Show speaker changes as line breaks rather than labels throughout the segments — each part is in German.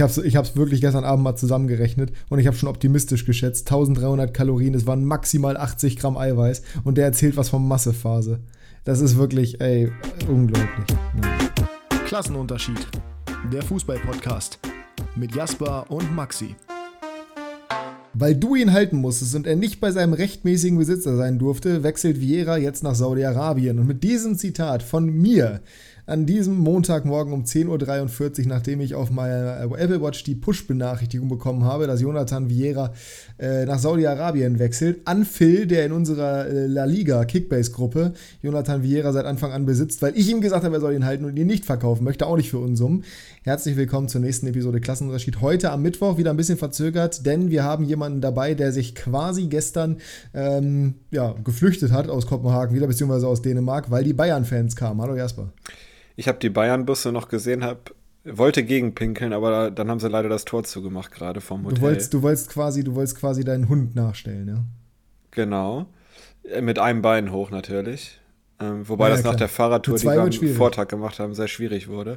Ich hab's wirklich gestern Abend mal zusammengerechnet und ich habe schon optimistisch geschätzt. 1300 Kalorien, es waren maximal 80 Gramm Eiweiß und der erzählt was von Massephase. Das ist wirklich, unglaublich. Ja.
Klassenunterschied. Der Fußball-Podcast mit Jasper und Maxi.
Weil du ihn halten musstest und er nicht bei seinem rechtmäßigen Besitzer sein durfte, wechselt Vieira jetzt nach Saudi-Arabien. Und mit diesem Zitat von mir an diesem Montagmorgen um 10.43 Uhr, nachdem ich auf meiner Apple Watch die Push-Benachrichtigung bekommen habe, dass Jonathan Vieira nach Saudi-Arabien wechselt, an Phil, der in unserer La Liga Kickbase-Gruppe Jonathan Vieira seit Anfang an besitzt, weil ich ihm gesagt habe, er soll ihn halten und ihn nicht verkaufen möchte, auch nicht für Unsummen. Herzlich willkommen zur nächsten Episode Klassenunterschied. Heute am Mittwoch wieder ein bisschen verzögert, denn wir haben jemanden dabei, der sich quasi gestern geflüchtet hat aus Kopenhagen wieder, beziehungsweise aus Dänemark, weil die Bayern-Fans kamen. Hallo Jasper.
Ich habe die Bayern-Busse noch gesehen, wollte gegenpinkeln, aber dann haben sie leider das Tor zugemacht, gerade vom Hotel.
Du wolltest quasi deinen Hund nachstellen, ja?
Genau. Mit einem Bein hoch natürlich. Wobei das nach der Fahrradtour, die wir am Vortag gemacht haben, sehr schwierig wurde.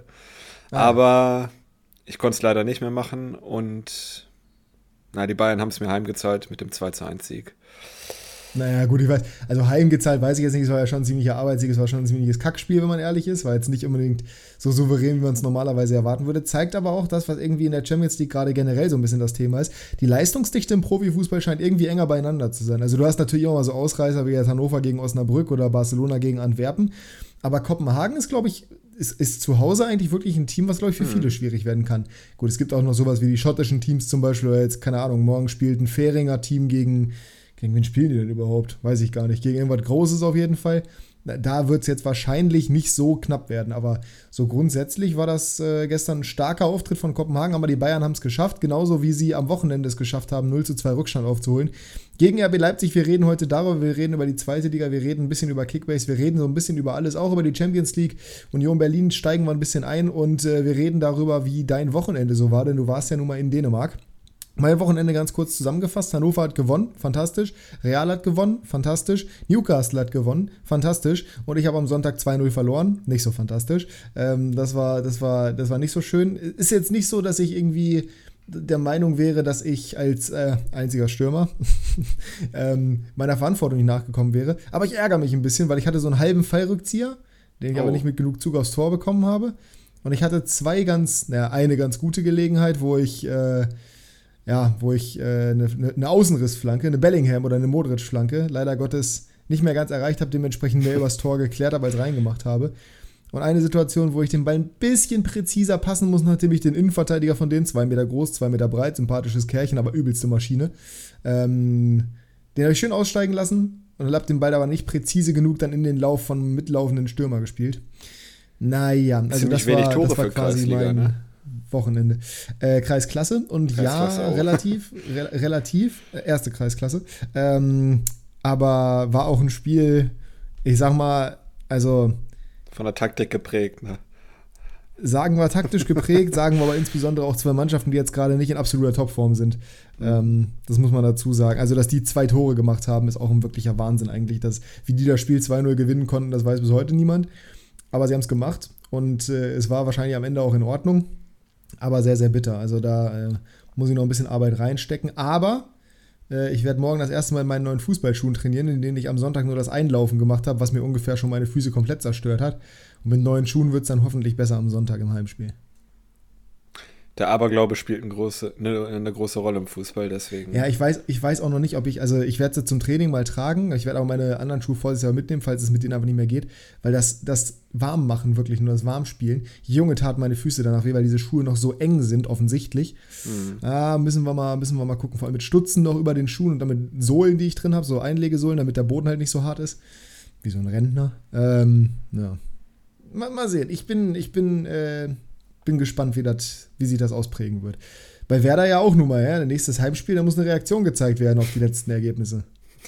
Aber ich konnte es leider nicht mehr machen und die Bayern haben es mir heimgezahlt mit dem 2:1-Sieg.
Naja, gut, ich weiß, also heimgezahlt weiß ich jetzt nicht, es war ja schon ein ziemlicher Arbeitssieg, es war schon ein ziemliches Kackspiel, wenn man ehrlich ist, war jetzt nicht unbedingt so souverän, wie man es normalerweise erwarten würde, zeigt aber auch das, was irgendwie in der Champions League gerade generell so ein bisschen das Thema ist, die Leistungsdichte im Profifußball scheint irgendwie enger beieinander zu sein, also du hast natürlich immer mal so Ausreißer wie jetzt Hannover gegen Osnabrück oder Barcelona gegen Antwerpen, aber Kopenhagen ist, glaube ich, ist zu Hause eigentlich wirklich ein Team, was, glaube ich, für viele schwierig werden kann. Gut, es gibt auch noch sowas wie die schottischen Teams zum Beispiel, oder jetzt, keine Ahnung, morgen spielt ein Fähringer Team gegen wen spielen die denn überhaupt? Weiß ich gar nicht. Gegen irgendwas Großes auf jeden Fall. Da wird es jetzt wahrscheinlich nicht so knapp werden, aber so grundsätzlich war das gestern ein starker Auftritt von Kopenhagen, aber die Bayern haben es geschafft, genauso wie sie am Wochenende es geschafft haben, 0:2 Rückstand aufzuholen. Gegen RB Leipzig, wir reden heute darüber, wir reden über die zweite Liga, wir reden ein bisschen über Kickbase, wir reden so ein bisschen über alles, auch über die Champions League. Union Berlin steigen wir ein bisschen ein und wir reden darüber, wie dein Wochenende so war, denn du warst ja nun mal in Dänemark. Mein Wochenende ganz kurz zusammengefasst. Hannover hat gewonnen, fantastisch. Real hat gewonnen, fantastisch. Newcastle hat gewonnen, fantastisch. Und ich habe am Sonntag 2:0 verloren, nicht so fantastisch. Das war nicht so schön. Ist jetzt nicht so, dass ich irgendwie der Meinung wäre, dass ich als einziger Stürmer meiner Verantwortung nicht nachgekommen wäre. Aber ich ärgere mich ein bisschen, weil ich hatte so einen halben Fallrückzieher, den ich aber nicht mit genug Zug aufs Tor bekommen habe. Und ich hatte eine ganz gute Gelegenheit, wo ich eine Außenrissflanke, eine Bellingham oder eine Modric-Flanke leider Gottes nicht mehr ganz erreicht habe, dementsprechend mehr übers Tor geklärt habe, als reingemacht habe. Und eine Situation, wo ich den Ball ein bisschen präziser passen muss, nachdem ich den Innenverteidiger von denen, 2 Meter groß, 2 Meter breit, sympathisches Kerlchen, aber übelste Maschine, den habe ich schön aussteigen lassen und habe den Ball aber nicht präzise genug dann in den Lauf von mitlaufenden Stürmer gespielt. Naja, also das war quasi mein Wochenende. Kreisklasse und Kreisklasse relativ, erste Kreisklasse. Aber war auch ein Spiel, ich sag mal, also
von der Taktik geprägt, ne?
Sagen wir taktisch geprägt, sagen wir aber insbesondere auch 2 Mannschaften, die jetzt gerade nicht in absoluter Topform sind. Das muss man dazu sagen. Also, dass die 2 Tore gemacht haben, ist auch ein wirklicher Wahnsinn eigentlich. Wie die das Spiel 2:0 gewinnen konnten, das weiß bis heute niemand. Aber sie haben es gemacht und es war wahrscheinlich am Ende auch in Ordnung. Aber sehr, sehr bitter. Also da muss ich noch ein bisschen Arbeit reinstecken. Aber ich werde morgen das erste Mal in meinen neuen Fußballschuhen trainieren, in denen ich am Sonntag nur das Einlaufen gemacht habe, was mir ungefähr schon meine Füße komplett zerstört hat. Und mit neuen Schuhen wird es dann hoffentlich besser am Sonntag im Heimspiel.
Der Aberglaube spielt eine große Rolle im Fußball, deswegen.
Ja, ich weiß auch noch nicht, ich werde sie zum Training mal tragen, ich werde auch meine anderen Schuhe vorsichtshalber mitnehmen, falls es mit denen einfach nicht mehr geht, weil das Warmmachen wirklich, nur das Warmspielen, Junge, tat meine Füße danach weh, weil diese Schuhe noch so eng sind, offensichtlich. Müssen wir mal gucken, vor allem mit Stutzen noch über den Schuhen und dann mit Sohlen, die ich drin habe, so Einlegesohlen, damit der Boden halt nicht so hart ist, wie so ein Rentner. Mal sehen, ich bin gespannt, wie sich das ausprägen wird. Bei Werder ja auch nun mal, ja. Nächstes Heimspiel, da muss eine Reaktion gezeigt werden auf die letzten Ergebnisse.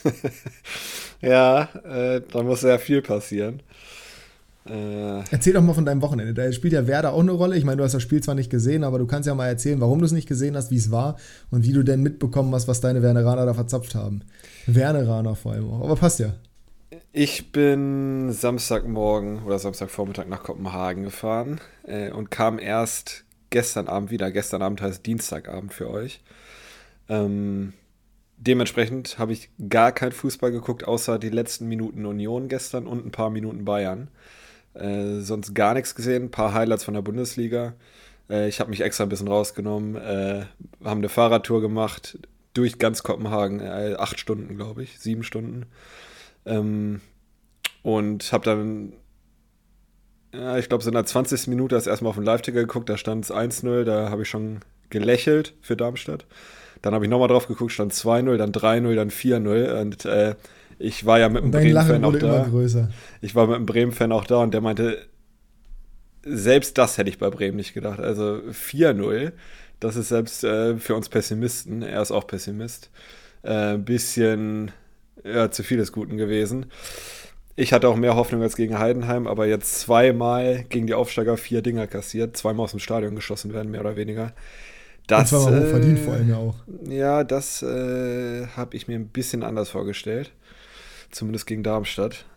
Ja, da muss sehr viel passieren.
Erzähl doch mal von deinem Wochenende. Da spielt ja Werder auch eine Rolle. Ich meine, du hast das Spiel zwar nicht gesehen, aber du kannst ja mal erzählen, warum du es nicht gesehen hast, wie es war und wie du denn mitbekommen hast, was deine Werneraner da verzapft haben. Werneraner vor allem auch. Aber passt ja.
Ich bin Samstagmorgen oder Samstagvormittag nach Kopenhagen gefahren und kam erst gestern Abend wieder. Gestern Abend heißt Dienstagabend für euch. Dementsprechend habe ich gar kein Fußball geguckt, außer die letzten Minuten Union gestern und ein paar Minuten Bayern. Sonst gar nichts gesehen, ein paar Highlights von der Bundesliga. Ich habe mich extra ein bisschen rausgenommen, haben eine Fahrradtour gemacht, durch ganz Kopenhagen, 8 Stunden, glaube ich, 7 Stunden. Und habe dann, ich glaube, so in der 20. Minute das erstmal auf den Live-Ticker geguckt, da stand es 1-0, da habe ich schon gelächelt für Darmstadt. Dann habe ich nochmal drauf geguckt, stand 2-0, dann 3-0, dann 4-0 und ich war ja mit einem Bremen-Fan auch da. Ich war mit einem Bremen-Fan auch da und der meinte, selbst das hätte ich bei Bremen nicht gedacht. Also 4-0, das ist selbst für uns Pessimisten, er ist auch Pessimist, ein bisschen zu viel des Guten gewesen. Ich hatte auch mehr Hoffnung als gegen Heidenheim, aber jetzt zweimal gegen die Aufsteiger 4 Dinger kassiert, zweimal aus dem Stadion geschossen werden, mehr oder weniger. Das
war aber hochverdient vor allem ja auch.
Ja, das habe ich mir ein bisschen anders vorgestellt. Zumindest gegen Darmstadt.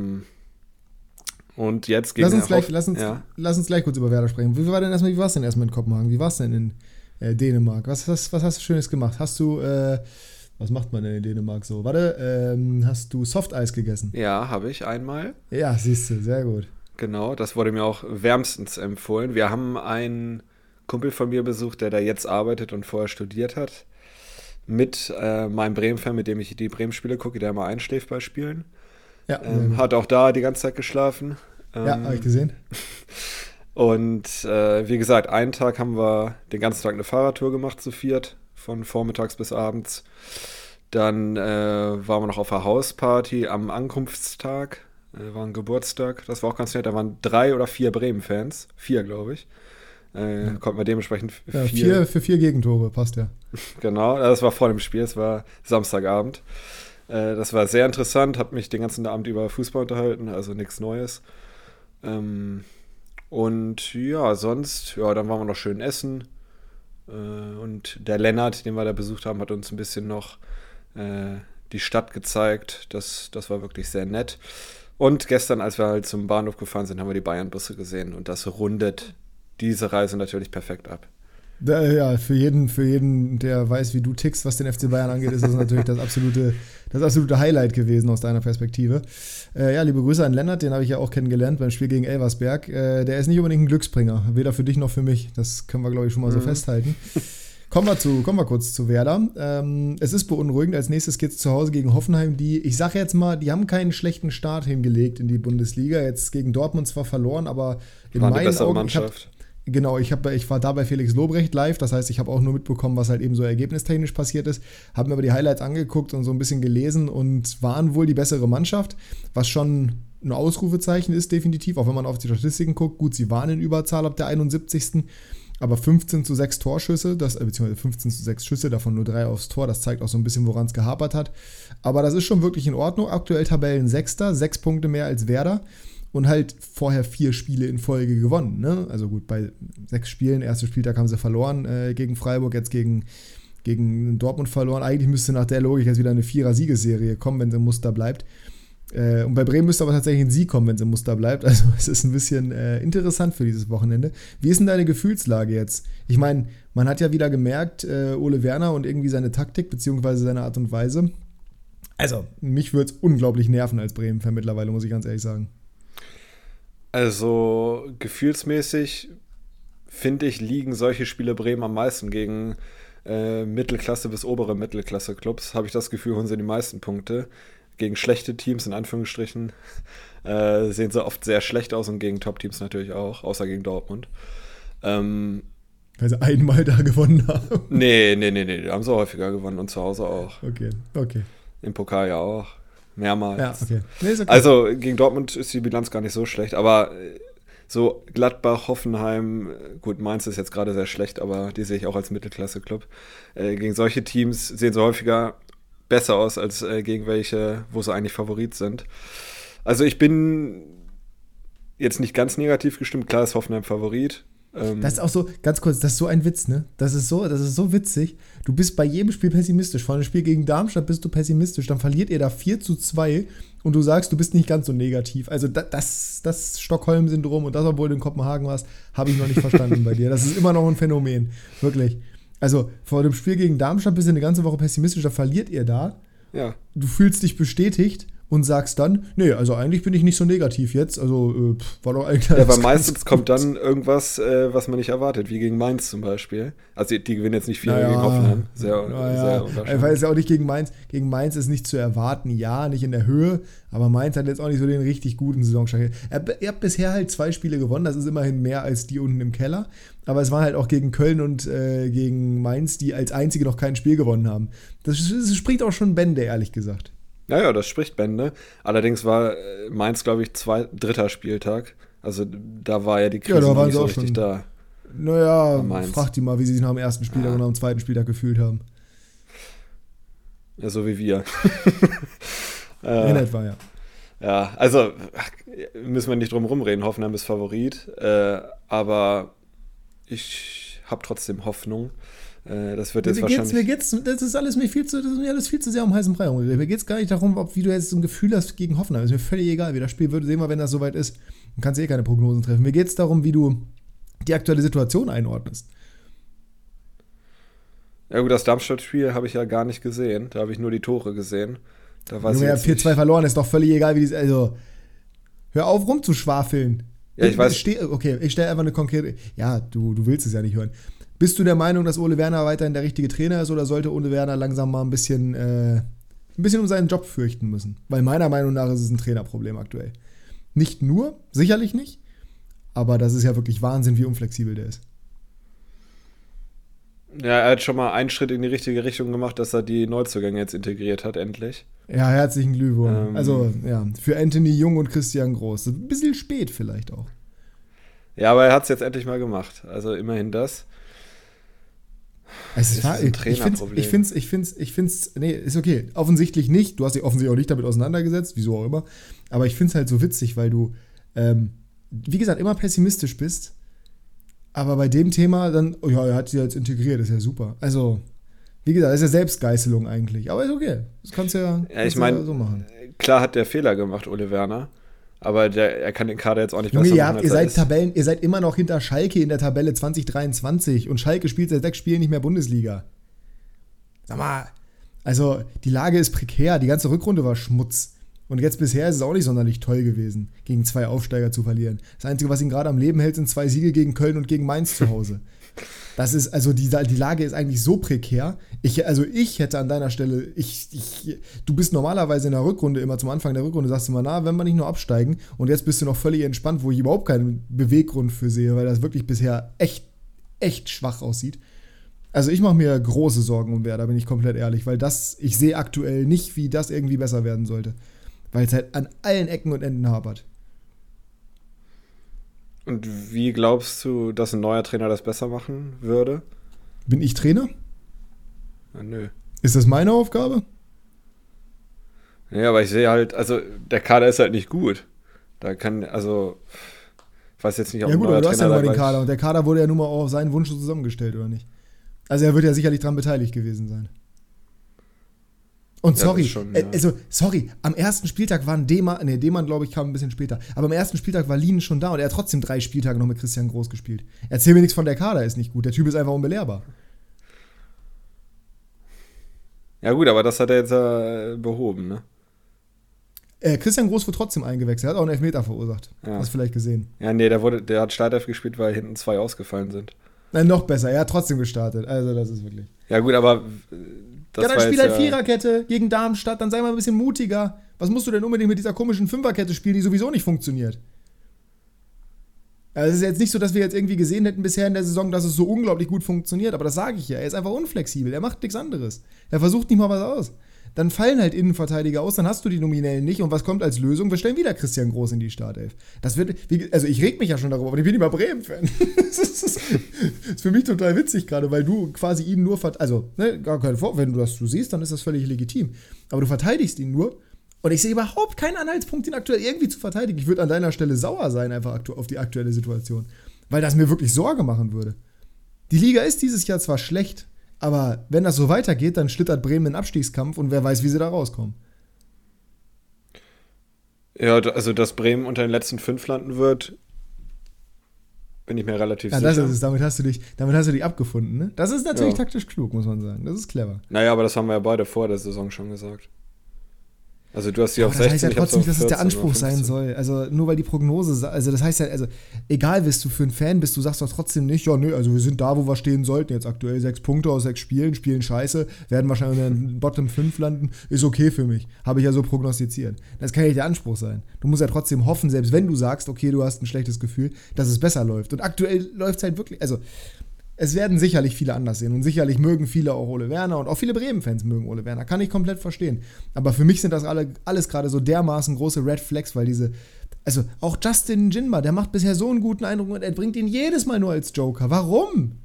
Und jetzt gegen
Lass uns gleich kurz über Werder sprechen. Wie war es denn erstmal in Kopenhagen? Wie war es denn in Dänemark? Was hast du Schönes gemacht? Hast du, was macht man denn in Dänemark so? Hast du Softeis gegessen?
Ja, habe ich einmal.
Ja, siehst du, sehr gut.
Genau, das wurde mir auch wärmstens empfohlen. Wir haben einen Kumpel von mir besucht, der da jetzt arbeitet und vorher studiert hat, mit meinem Bremen-Fan, mit dem ich die Bremen-Spiele gucke, der immer einschläft bei Spielen. Ja, hat auch da die ganze Zeit geschlafen.
Ja, habe ich gesehen.
Und wie gesagt, einen Tag haben wir den ganzen Tag eine Fahrradtour gemacht zu viert, von vormittags bis abends. Dann waren wir noch auf einer Hausparty am Ankunftstag, war ein Geburtstag, das war auch ganz nett, da waren 3 oder 4 Bremen-Fans, 4 glaube ich. Konnten wir dementsprechend
4 für 4 Gegentore, passt ja.
Genau, das war vor dem Spiel, es war Samstagabend. Das war sehr interessant, habe mich den ganzen Abend über Fußball unterhalten, also nichts Neues. Und ja, sonst, ja, dann waren wir noch schön essen. Und der Lennart, den wir da besucht haben, hat uns ein bisschen noch die Stadt gezeigt. Das war wirklich sehr nett. Und gestern, als wir halt zum Bahnhof gefahren sind, haben wir die Bayern-Busse gesehen. Und das rundet diese Reise natürlich perfekt ab.
Ja, für jeden, der weiß, wie du tickst, was den FC Bayern angeht, ist das natürlich das absolute Highlight gewesen aus deiner Perspektive. Ja, liebe Grüße an Lennart, den habe ich ja auch kennengelernt beim Spiel gegen Elversberg. Der ist nicht unbedingt ein Glücksbringer, weder für dich noch für mich. Das können wir, glaube ich, schon mal so festhalten. Kommen wir kurz zu Werder. Es ist beunruhigend. Als nächstes geht es zu Hause gegen Hoffenheim, ich sage jetzt mal, die haben keinen schlechten Start hingelegt in die Bundesliga. Jetzt gegen Dortmund zwar verloren, aber in meinen Augen...
Mannschaft.
Genau, ich war da bei Felix Lobrecht live, das heißt, ich habe auch nur mitbekommen, was halt eben so ergebnistechnisch passiert ist, habe mir aber die Highlights angeguckt und so ein bisschen gelesen und waren wohl die bessere Mannschaft, was schon ein Ausrufezeichen ist, definitiv, auch wenn man auf die Statistiken guckt. Gut, sie waren in Überzahl ab der 71. Aber 15:6 Torschüsse, beziehungsweise 15:6 Schüsse, davon nur 3 aufs Tor, das zeigt auch so ein bisschen, woran es gehapert hat. Aber das ist schon wirklich in Ordnung. Aktuell Tabellensechster, 6 Punkte mehr als Werder. Und halt vorher 4 Spiele in Folge gewonnen. Ne? Also gut, bei 6 Spielen, erster Spieltag haben sie verloren gegen Freiburg, jetzt gegen Dortmund verloren. Eigentlich müsste nach der Logik jetzt wieder eine 4er-Siegesserie kommen, wenn sie im Muster bleibt. Und bei Bremen müsste aber tatsächlich ein Sieg kommen, wenn sie im Muster bleibt. Also es ist ein bisschen interessant für dieses Wochenende. Wie ist denn deine Gefühlslage jetzt? Ich meine, man hat ja wieder gemerkt, Ole Werner und irgendwie seine Taktik, beziehungsweise seine Art und Weise. Also, mich würde es unglaublich nerven als Bremen-Fan mittlerweile, muss ich ganz ehrlich sagen.
Also gefühlsmäßig, finde ich, liegen solche Spiele Bremen am meisten gegen Mittelklasse bis obere Mittelklasse-Clubs. Habe ich das Gefühl, holen sie die meisten Punkte. Gegen schlechte Teams, in Anführungsstrichen, sehen sie oft sehr schlecht aus und gegen Top-Teams natürlich auch, außer gegen Dortmund.
Weil sie einmal da gewonnen haben.
Nee, die haben sie häufiger gewonnen und zu Hause auch.
Okay.
Im Pokal ja auch. Mehrmals.
Ja, okay. Nee, ist okay.
Also gegen Dortmund ist die Bilanz gar nicht so schlecht, aber so Gladbach, Hoffenheim, gut, Mainz ist jetzt gerade sehr schlecht, aber die sehe ich auch als Mittelklasse-Club. Gegen solche Teams sehen sie häufiger besser aus als gegen welche, wo sie eigentlich Favorit sind. Also ich bin jetzt nicht ganz negativ gestimmt, klar ist Hoffenheim Favorit,
Das ist auch so, ganz kurz, das ist so ein Witz, ne? Das ist so witzig. Du bist bei jedem Spiel pessimistisch. Vor einem Spiel gegen Darmstadt bist du pessimistisch. Dann verliert ihr da 4-2 und du sagst, du bist nicht ganz so negativ. Also das Stockholm-Syndrom und das, obwohl du in Kopenhagen warst, habe ich noch nicht verstanden bei dir. Das ist immer noch ein Phänomen. Wirklich. Also vor dem Spiel gegen Darmstadt bist du eine ganze Woche pessimistisch, da verliert ihr da.
Ja.
Du fühlst dich bestätigt und sagst dann, nee, also eigentlich bin ich nicht so negativ jetzt, also war doch eigentlich...
Ja, aber meistens kommt dann irgendwas, was man nicht erwartet, wie gegen Mainz zum Beispiel. Also die gewinnen jetzt nicht viel gegen Hoffenheim, sehr
unwahrscheinlich. Ich weiß ja auch nicht gegen Mainz. Gegen Mainz ist nicht zu erwarten, ja, nicht in der Höhe, aber Mainz hat jetzt auch nicht so den richtig guten Saisonstart. Ihr habt bisher halt 2 Spiele gewonnen, das ist immerhin mehr als die unten im Keller, aber es waren halt auch gegen Köln und gegen Mainz, die als einzige noch kein Spiel gewonnen haben. Das spricht auch schon Bände, ehrlich gesagt.
Ja, das spricht Bände. Allerdings war Mainz, glaube ich, 3. Spieltag. Also da war ja die Krise noch nicht so richtig da.
Naja, frag die mal, wie sie sich nach dem 1. Spieltag und nach dem 2. Spieltag gefühlt haben.
Ja, so wie wir.
In etwa, ja.
Ja, also müssen wir nicht drum rumreden. Hoffenheim ist Favorit. Aber ich habe trotzdem Hoffnung. Das wird jetzt wahrscheinlich...
Das ist alles viel zu sehr um heißen Brei rumgeredet. Mir geht es gar nicht darum, wie du jetzt so ein Gefühl hast gegen Hoffenheim. Ist mir völlig egal, wie das Spiel wird. Sehen wir, wenn das soweit ist. Dann kannst du keine Prognosen treffen. Mir geht es darum, wie du die aktuelle Situation einordnest.
Ja gut, das Darmstadt-Spiel habe ich ja gar nicht gesehen. Da habe ich nur die Tore gesehen. Da weiß
Junge,
ich
4-2 verloren, ist doch völlig egal, wie die... Also, hör auf rumzuschwafeln.
Ja, ich weiß...
Ich stelle einfach eine konkrete... Ja, du willst es ja nicht hören. Bist du der Meinung, dass Ole Werner weiterhin der richtige Trainer ist oder sollte Ole Werner langsam mal ein bisschen um seinen Job fürchten müssen? Weil meiner Meinung nach ist es ein Trainerproblem aktuell. Nicht nur, sicherlich nicht, aber das ist ja wirklich Wahnsinn, wie unflexibel der ist.
Ja, er hat schon mal einen Schritt in die richtige Richtung gemacht, dass er die Neuzugänge jetzt integriert hat, endlich.
Ja, herzlichen Glückwunsch. Also, ja, für Anthony Jung und Christian Groß. Ein bisschen spät vielleicht auch.
Ja, aber er hat es jetzt endlich mal gemacht. Also immerhin das.
Es ist ein Trainerproblem. Ich find's, nee, ist okay. Offensichtlich nicht. Du hast dich offensichtlich auch nicht damit auseinandergesetzt, wieso auch immer. Aber ich find's halt so witzig, weil du, wie gesagt, immer pessimistisch bist. Aber bei dem Thema dann, oh ja, er hat sie jetzt integriert, ist ja super. Also, wie gesagt, das ist ja Selbstgeißelung eigentlich. Aber ist okay. Das kannst du ja,
ich meine,
ja so machen.
Klar hat der Fehler gemacht, Ole Werner. Aber er kann den Kader jetzt auch nicht
Junge,
besser machen,
ihr seid immer noch hinter Schalke in der Tabelle 2023 und Schalke spielt seit 6 Spielen nicht mehr Bundesliga. Sag mal, also die Lage ist prekär, die ganze Rückrunde war Schmutz. Und jetzt bisher ist es auch nicht sonderlich toll gewesen, gegen 2 Aufsteiger zu verlieren. Das Einzige, was ihn gerade am Leben hält, sind 2 Siege gegen Köln und gegen Mainz zu Hause. Das ist, also die Lage ist eigentlich so prekär. Ich hätte an deiner Stelle, du bist normalerweise in der Rückrunde, immer zum Anfang der Rückrunde, sagst du immer, wenn wir nicht nur absteigen, und jetzt bist du noch völlig entspannt, wo ich überhaupt keinen Beweggrund für sehe, weil das wirklich bisher echt schwach aussieht. Also ich mache mir große Sorgen um Werder, bin ich komplett ehrlich, weil ich sehe aktuell nicht, wie das irgendwie besser werden sollte. Weil es halt an allen Ecken und Enden hapert.
Und wie glaubst du, dass ein neuer Trainer das besser machen würde?
Bin ich Trainer?
Ja, nö.
Ist das meine Aufgabe?
Ja, aber ich sehe halt, also der Kader ist halt nicht gut. Da kann, also, ich weiß jetzt nicht, ob
ja gut, aber du hast ja
nur
den Kader und der Kader wurde ja nun mal auch auf seinen Wunsch zusammengestellt, oder nicht? Also er wird ja sicherlich dran beteiligt gewesen sein. Und sorry, am ersten Spieltag waren Demann, glaube ich, kam ein bisschen später. Aber am ersten Spieltag war Lien schon da und er hat trotzdem 3 Spieltage noch mit Christian Groß gespielt. Erzähl mir nichts von der Kader, ist nicht gut. Der Typ ist einfach unbelehrbar.
Ja gut, aber das hat er jetzt behoben, ne?
Christian Groß wird trotzdem eingewechselt. Er hat auch einen Elfmeter verursacht. Ja. Hast du vielleicht gesehen.
Ja, nee, der hat Startelf gespielt, weil hinten 2 ausgefallen sind.
Nein, noch besser. Er hat trotzdem gestartet. Also das ist wirklich...
Ja gut, aber...
dann spiel halt Viererkette gegen Darmstadt, dann sei mal ein bisschen mutiger. Was musst du denn unbedingt mit dieser komischen Fünferkette spielen, die sowieso nicht funktioniert? Also es ist jetzt nicht so, dass wir jetzt irgendwie gesehen hätten bisher in der Saison, dass es so unglaublich gut funktioniert, aber das sage ich ja. Er ist einfach unflexibel, er macht nichts anderes. Er versucht nicht mal was aus. Dann fallen halt Innenverteidiger aus, dann hast du die Nominellen nicht und was kommt als Lösung? Wir stellen wieder Christian Groß in die Startelf. Das wird, also ich reg mich ja schon darüber, aber ich bin nicht mal Bremen-Fan. Das ist für mich total witzig gerade, weil du quasi ihn nur, gar keinen Vorwurf, wenn du das so siehst, dann ist das völlig legitim. Aber du verteidigst ihn nur und ich sehe überhaupt keinen Anhaltspunkt, ihn aktuell irgendwie zu verteidigen. Ich würde an deiner Stelle sauer sein einfach auf die aktuelle Situation. weil das mir wirklich Sorge machen würde. Die Liga ist dieses Jahr zwar schlecht, aber wenn das so weitergeht, dann schlittert Bremen in den Abstiegskampf und wer weiß, wie sie da rauskommen.
Ja, also dass Bremen unter den letzten 5 landen wird, bin ich mir relativ sicher.
Ja, das ist es. Damit hast du dich abgefunden, ne? Das ist natürlich taktisch klug, muss man sagen. Das ist clever.
Naja, aber das haben wir ja beide vor der Saison schon gesagt. Also du hast sie auf 16,
das heißt ja trotzdem nicht, dass es der Anspruch
sein
sein soll. Also nur weil die Prognose, also das heißt ja, also egal, was du für ein Fan bist, du sagst doch trotzdem nicht, ja, nö, also wir sind da, wo wir stehen sollten. Jetzt aktuell 6 Punkte aus 6 Spielen scheiße, werden wahrscheinlich in den Bottom 5 landen, ist okay für mich. Habe ich ja so prognostiziert. Das kann ja nicht der Anspruch sein. Du musst ja trotzdem hoffen, selbst wenn du sagst, okay, du hast ein schlechtes Gefühl, dass es besser läuft. Und aktuell läuft es halt wirklich, also es werden sicherlich viele anders sehen und sicherlich mögen viele auch Ole Werner und auch viele Bremen-Fans mögen Ole Werner, kann ich komplett verstehen. Aber für mich sind das alles gerade so dermaßen große Red Flags, weil also auch Justin Jinma, der macht bisher so einen guten Eindruck und er bringt ihn jedes Mal nur als Joker. Warum?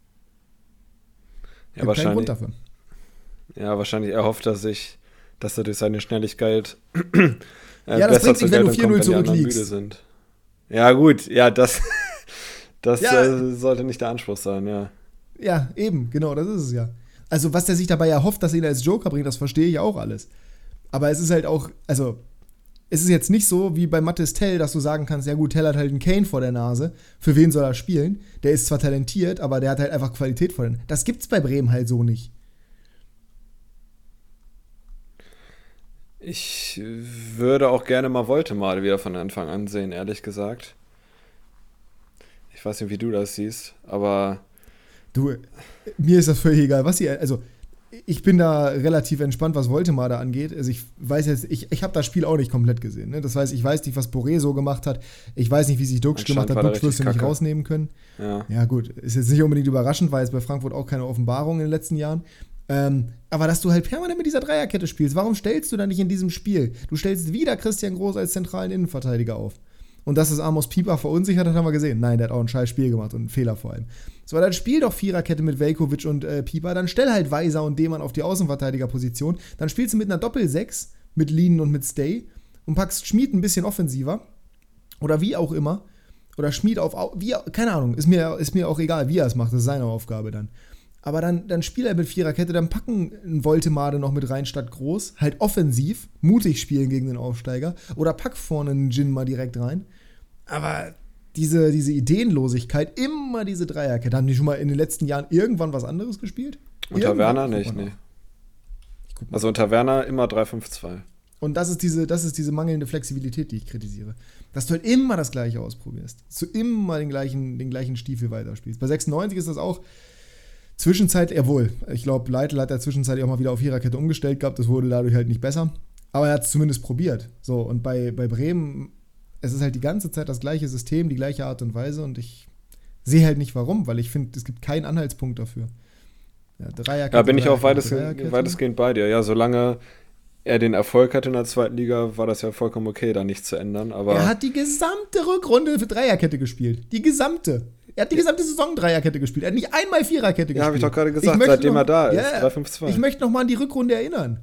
Ja, wahrscheinlich. Keinen Grund dafür. Ja, wahrscheinlich er hofft, dass er durch seine Schnelligkeit
ja, das bringt nicht, wenn du 4-0 zurückliegst.
Ja gut, ja, das sollte nicht der Anspruch sein, ja.
Ja, eben, genau, das ist es ja. Also, was der sich dabei erhofft, dass er ihn als Joker bringt, das verstehe ich auch alles. Aber es ist halt auch, also, es ist jetzt nicht so wie bei Mathis Tell, dass du sagen kannst, ja gut, Tell hat halt einen Kane vor der Nase, für wen soll er spielen? Der ist zwar talentiert, aber der hat halt einfach Qualität vor der Nase. Das gibt's bei Bremen halt so nicht.
Ich würde auch gerne mal Woltemade wieder von Anfang an sehen, ehrlich gesagt. Ich weiß nicht, wie du das siehst, aber...
Du, mir ist das völlig egal, also ich bin da relativ entspannt, was Woltemade angeht. Also ich weiß jetzt, ich habe das Spiel auch nicht komplett gesehen. Ne? Das heißt, ich weiß nicht, was Boré so gemacht hat. Ich weiß nicht, wie sich Dux gemacht hat. Dux wirst du nicht rausnehmen können. Ja gut, ist jetzt nicht unbedingt überraschend, war jetzt bei Frankfurt auch keine Offenbarung in den letzten Jahren. Aber dass du halt permanent mit dieser Dreierkette spielst, warum stellst du da nicht in diesem Spiel? Du stellst wieder Christian Groß als zentralen Innenverteidiger auf. Und dass es Amos Pieper verunsichert hat, haben wir gesehen. Nein, der hat auch ein scheiß Spiel gemacht und einen Fehler vor allem. So, dann spiel doch Viererkette mit Veljkovic und Pieper, dann stell halt Weiser und Demann auf die Außenverteidigerposition, dann spielst du mit einer Doppel-6 mit Lienen und mit Stay und packst Schmid ein bisschen offensiver oder wie auch immer. Oder Schmid keine Ahnung, ist mir auch egal, wie er es macht, das ist seine Aufgabe dann. Aber dann spiel er mit Viererkette, dann packen ein Woltemade noch mit rein statt Groß, halt offensiv, mutig spielen gegen den Aufsteiger oder pack vorne einen Jinma direkt rein. Aber diese Ideenlosigkeit, immer diese Dreierkette, haben die schon mal in den letzten Jahren irgendwann was anderes gespielt?
Unter Werner nicht, nee. Also unter Werner immer 3-5-2.
Und das ist diese mangelnde Flexibilität, die ich kritisiere. Dass du halt immer das Gleiche ausprobierst. Dass du immer den gleichen Stiefel weiterspielst. Bei 96 ist das auch zwischenzeitlich, jawohl, ich glaube, Leitl hat ja zwischenzeitlich auch mal wieder auf Viererkette umgestellt gehabt, das wurde dadurch halt nicht besser, aber er hat es zumindest probiert. So, und bei Bremen, es ist halt die ganze Zeit das gleiche System, die gleiche Art und Weise und ich sehe halt nicht warum, weil ich finde, es gibt keinen Anhaltspunkt dafür. Ja, Dreierkette,
ja, bin ich auch weitestgehend bei dir. Ja, solange er den Erfolg hatte in der zweiten Liga, war das ja vollkommen okay, da nichts zu ändern. Aber
er hat die gesamte Rückrunde für Dreierkette gespielt. Die gesamte. Er hat die gesamte Saison Dreierkette gespielt. Er hat nicht einmal Viererkette gespielt.
Ja, habe ich doch gerade gesagt, seitdem er da ist. 3-5-2.
Ich möchte noch mal an die Rückrunde erinnern.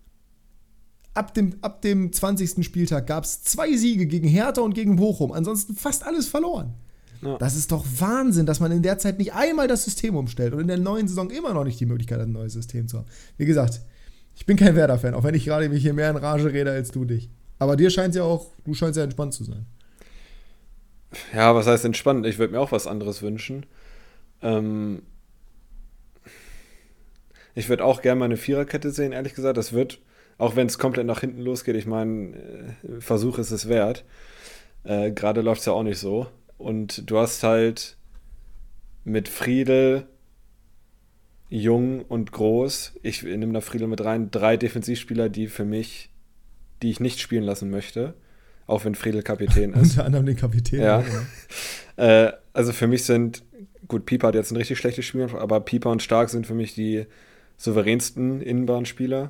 Ab dem 20. Spieltag gab es 2 Siege gegen Hertha und gegen Bochum. Ansonsten fast alles verloren. Ja. Das ist doch Wahnsinn, dass man in der Zeit nicht einmal das System umstellt und in der neuen Saison immer noch nicht die Möglichkeit hat, ein neues System zu haben. Wie gesagt, ich bin kein Werder-Fan, auch wenn ich gerade mich hier mehr in Rage rede als du dich. Aber du scheinst ja entspannt zu sein.
Ja, was heißt entspannt? Ich würde mir auch was anderes wünschen. Ich würde auch gerne mal eine Viererkette sehen, ehrlich gesagt. Das wird, auch wenn es komplett nach hinten losgeht, ich meine, Versuch ist es wert. Gerade läuft es ja auch nicht so. Und du hast halt mit Friedel, Jung und Groß, ich nehme da Friedel mit rein, 3 Defensivspieler, die ich nicht spielen lassen möchte. Auch wenn Friedel Kapitän ist.
Unter anderem den Kapitän.
Ja. Also für mich gut, Pieper hat jetzt ein richtig schlechtes Spiel, aber Pieper und Stark sind für mich die souveränsten Innenbahnspieler.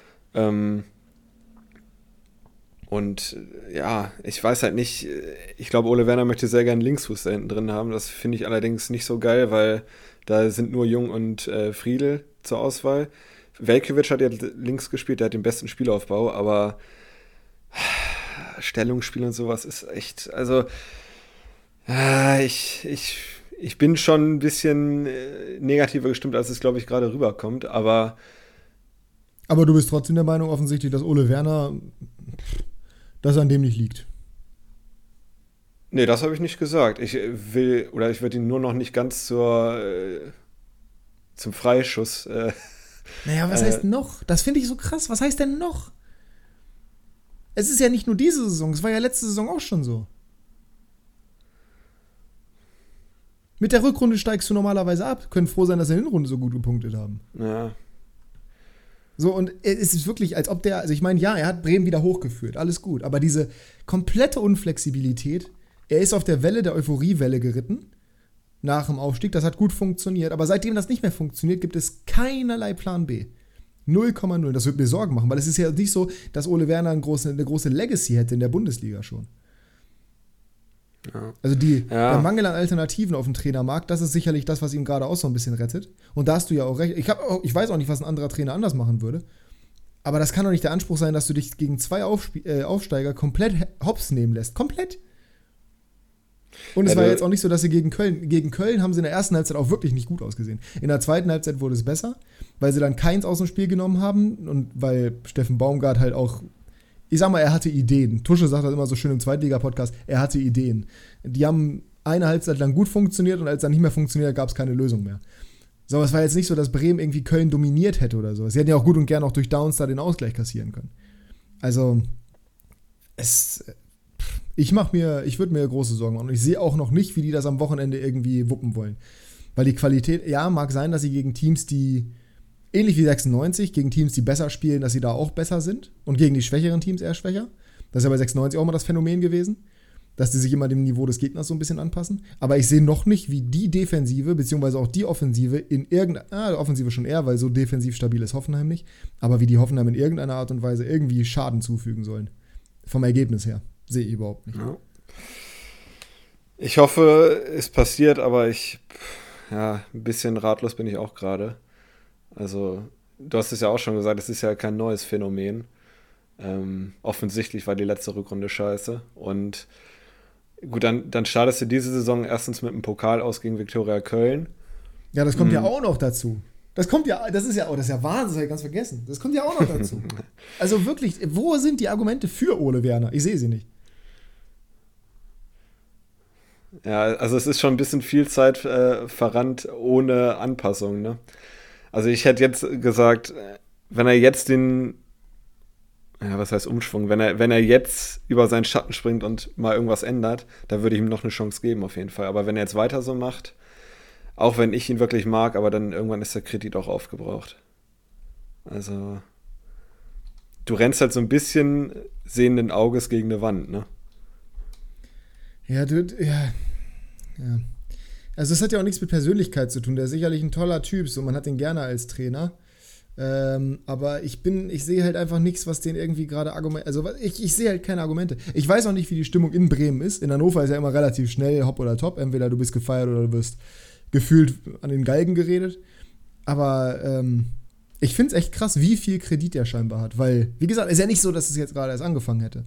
Und ja, ich weiß halt nicht, ich glaube, Ole Werner möchte sehr gerne Linksfuß da hinten drin haben. Das finde ich allerdings nicht so geil, weil da sind nur Jung und Friedel zur Auswahl. Veljkovic hat ja links gespielt, der hat den besten Spielaufbau, aber Stellungsspiel und sowas ist echt, also Ich bin schon ein bisschen negativer gestimmt, als es, glaube ich, gerade rüberkommt, aber.
Aber du bist trotzdem der Meinung offensichtlich, dass Ole Werner, dass an dem nicht liegt.
Nee, das habe ich nicht gesagt. Ich würde ihn nur noch nicht ganz zum Freischuss.
Naja, was heißt noch? Das finde ich so krass. Was heißt denn noch? Es ist ja nicht nur diese Saison, es war ja letzte Saison auch schon so. Mit der Rückrunde steigst du normalerweise ab. Können froh sein, dass sie in der Hinrunde so gut gepunktet haben.
Ja.
So, und es ist wirklich, als ob also ich meine, ja, er hat Bremen wieder hochgeführt, alles gut. Aber diese komplette Unflexibilität, er ist auf der Welle, der Euphoriewelle geritten, nach dem Aufstieg, das hat gut funktioniert. Aber seitdem das nicht mehr funktioniert, gibt es keinerlei Plan B. 0,0. Das wird mir Sorgen machen, weil es ist ja nicht so, dass Ole Werner eine große Legacy hätte in der Bundesliga schon.
Ja.
Also der Mangel an Alternativen auf dem Trainermarkt, das ist sicherlich das, was ihn gerade auch so ein bisschen rettet. Und da hast du ja auch recht. Ich weiß auch nicht, was ein anderer Trainer anders machen würde. Aber das kann doch nicht der Anspruch sein, dass du dich gegen 2 Aufsteiger komplett hops nehmen lässt. Komplett. Und es war jetzt auch nicht so, dass sie gegen Köln haben sie in der ersten Halbzeit auch wirklich nicht gut ausgesehen. In der zweiten Halbzeit wurde es besser, weil sie dann keins aus dem Spiel genommen haben und weil Steffen Baumgart halt auch, ich sag mal, er hatte Ideen. Tusche sagt das immer so schön im Zweitliga-Podcast, er hatte Ideen. Die haben eine Halbzeit lang gut funktioniert und als dann nicht mehr funktioniert hat, gab es keine Lösung mehr. So, aber es war jetzt nicht so, dass Bremen irgendwie Köln dominiert hätte oder so. Sie hätten ja auch gut und gern auch durch Downs da den Ausgleich kassieren können. Also, ich würde mir große Sorgen machen. Und ich sehe auch noch nicht, wie die das am Wochenende irgendwie wuppen wollen. Weil die Qualität, ja, mag sein, dass sie gegen Teams, die ähnlich wie 96, gegen Teams, die besser spielen, dass sie da auch besser sind. Und gegen die schwächeren Teams eher schwächer. Das ist ja bei 96 auch mal das Phänomen gewesen, dass die sich immer dem Niveau des Gegners so ein bisschen anpassen. Aber ich sehe noch nicht, wie die Defensive, beziehungsweise auch die Offensive in irgendeiner, Offensive schon eher, weil so defensiv stabil ist Hoffenheim nicht, aber wie die Hoffenheim in irgendeiner Art und Weise irgendwie Schaden zufügen sollen. Vom Ergebnis her. Sehe ich überhaupt nicht.
Ja. Ich hoffe, es passiert, aber ein bisschen ratlos bin ich auch gerade. Also, du hast es ja auch schon gesagt, es ist ja kein neues Phänomen. Offensichtlich war die letzte Rückrunde scheiße. Und gut, dann startest du diese Saison erstens mit einem Pokal aus gegen Viktoria Köln.
Ja, das kommt ja auch noch dazu. Das ist ja Wahnsinn, das habe ich ganz vergessen. Das kommt ja auch noch dazu. Also wirklich, wo sind die Argumente für Ole Werner? Ich sehe sie nicht.
Ja, also es ist schon ein bisschen viel Zeit verrannt ohne Anpassung, ne? Also ich hätte jetzt gesagt, wenn er jetzt was heißt Umschwung, wenn er jetzt über seinen Schatten springt und mal irgendwas ändert, da würde ich ihm noch eine Chance geben auf jeden Fall. Aber wenn er jetzt weiter so macht, auch wenn ich ihn wirklich mag, aber dann irgendwann ist der Kredit auch aufgebraucht. Also du rennst halt so ein bisschen sehenden Auges gegen eine Wand, ne?
Ja. Also es hat ja auch nichts mit Persönlichkeit zu tun. Der ist sicherlich ein toller Typ, so man hat ihn gerne als Trainer. Aber ich sehe halt einfach nichts, was den irgendwie gerade Argumente, also ich sehe halt keine Argumente. Ich weiß auch nicht, wie die Stimmung in Bremen ist. In Hannover ist ja immer relativ schnell hopp oder top. Entweder du bist gefeiert oder du wirst gefühlt an den Galgen geredet. Aber ich finde es echt krass, wie viel Kredit der scheinbar hat. Weil, wie gesagt, ist ja nicht so, dass es jetzt gerade erst angefangen hätte.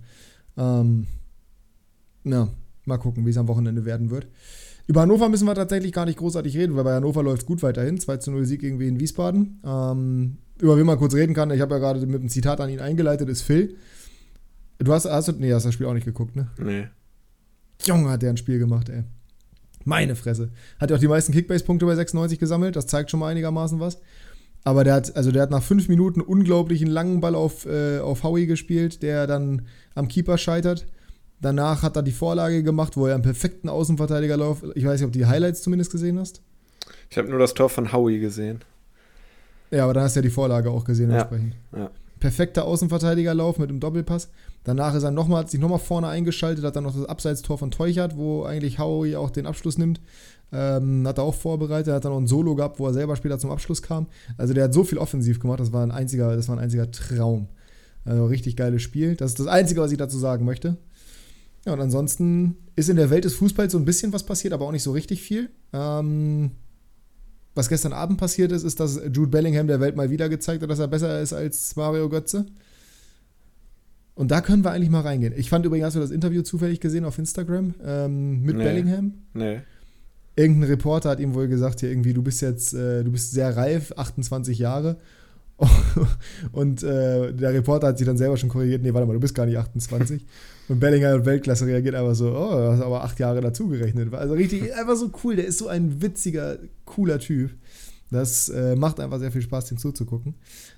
Mal gucken, wie es am Wochenende werden wird. Über Hannover müssen wir tatsächlich gar nicht großartig reden, weil bei Hannover läuft es gut weiterhin. 2:0 Sieg gegen Wien Wiesbaden. Über wen man kurz reden kann, ich habe ja gerade mit einem Zitat an ihn eingeleitet, ist Phil. Hast das Spiel auch nicht geguckt, ne?
Nee.
Junge, hat der ein Spiel gemacht, ey. Meine Fresse. Hat ja auch die meisten Kickbase-Punkte bei 96 gesammelt, das zeigt schon mal einigermaßen was. Aber der hat nach 5 Minuten einen unglaublichen langen Ball auf Howie gespielt, der dann am Keeper scheitert. Danach hat er die Vorlage gemacht, wo er einen perfekten Außenverteidiger läuft. Ich weiß nicht, ob du die Highlights zumindest gesehen hast.
Ich habe nur das Tor von Howie gesehen.
Ja, aber dann hast du ja die Vorlage auch gesehen entsprechend.
Ja.
Perfekter Außenverteidigerlauf mit einem Doppelpass. Danach ist er hat sich nochmal vorne eingeschaltet, hat dann noch das Abseitstor von Teuchert, wo eigentlich Howie auch den Abschluss nimmt. Hat er auch vorbereitet, hat dann noch ein Solo gehabt, wo er selber später zum Abschluss kam. Also der hat so viel offensiv gemacht, das war ein einziger Traum. Also richtig geiles Spiel. Das ist das Einzige, was ich dazu sagen möchte. Ja, und ansonsten ist in der Welt des Fußballs so ein bisschen was passiert, aber auch nicht so richtig viel. Was gestern Abend passiert ist, dass Jude Bellingham der Welt mal wieder gezeigt hat, dass er besser ist als Mario Götze. Und da können wir eigentlich mal reingehen. Ich fand übrigens, hast du das Interview zufällig gesehen auf Instagram mit Bellingham?
Nee.
Irgendein Reporter hat ihm wohl gesagt, hier irgendwie, du bist sehr reif, 28 Jahre. Und der Reporter hat sich dann selber schon korrigiert, nee, warte mal, du bist gar nicht 28. Und Bellingham Weltklasse reagiert einfach so, oh, du hast aber 8 Jahre dazugerechnet. Also richtig, einfach so cool, der ist so ein witziger, cooler Typ. Das macht einfach sehr viel Spaß, dem zuzugucken.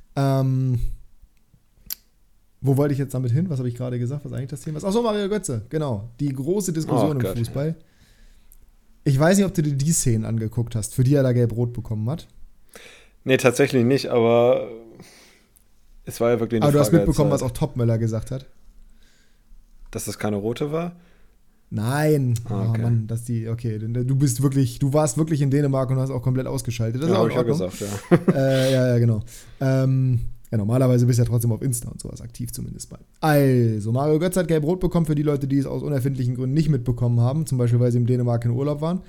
Wo wollte ich jetzt damit hin? Was habe ich gerade gesagt? Was eigentlich das Thema ist? Achso, Mario Götze, genau. Die große Diskussion im Fußball. Ich weiß nicht, ob du dir die Szenen angeguckt hast, für die er da gelb-rot bekommen hat.
Nee, tatsächlich nicht, aber es war ja wirklich eine
Frage. Aber du hast mitbekommen,
was
auch Topmöller gesagt hat?
Dass das keine rote war?
Nein.
Okay.
Oh Mann, du warst wirklich in Dänemark und hast auch komplett ausgeschaltet. Das
habe ich ja gesagt,
ja. Ja, genau. Ja, normalerweise bist du ja trotzdem auf Insta und sowas aktiv zumindest mal. Also, Mario Götze hat gelb-rot bekommen für die Leute, die es aus unerfindlichen Gründen nicht mitbekommen haben, zum Beispiel, weil sie in Dänemark im Urlaub waren,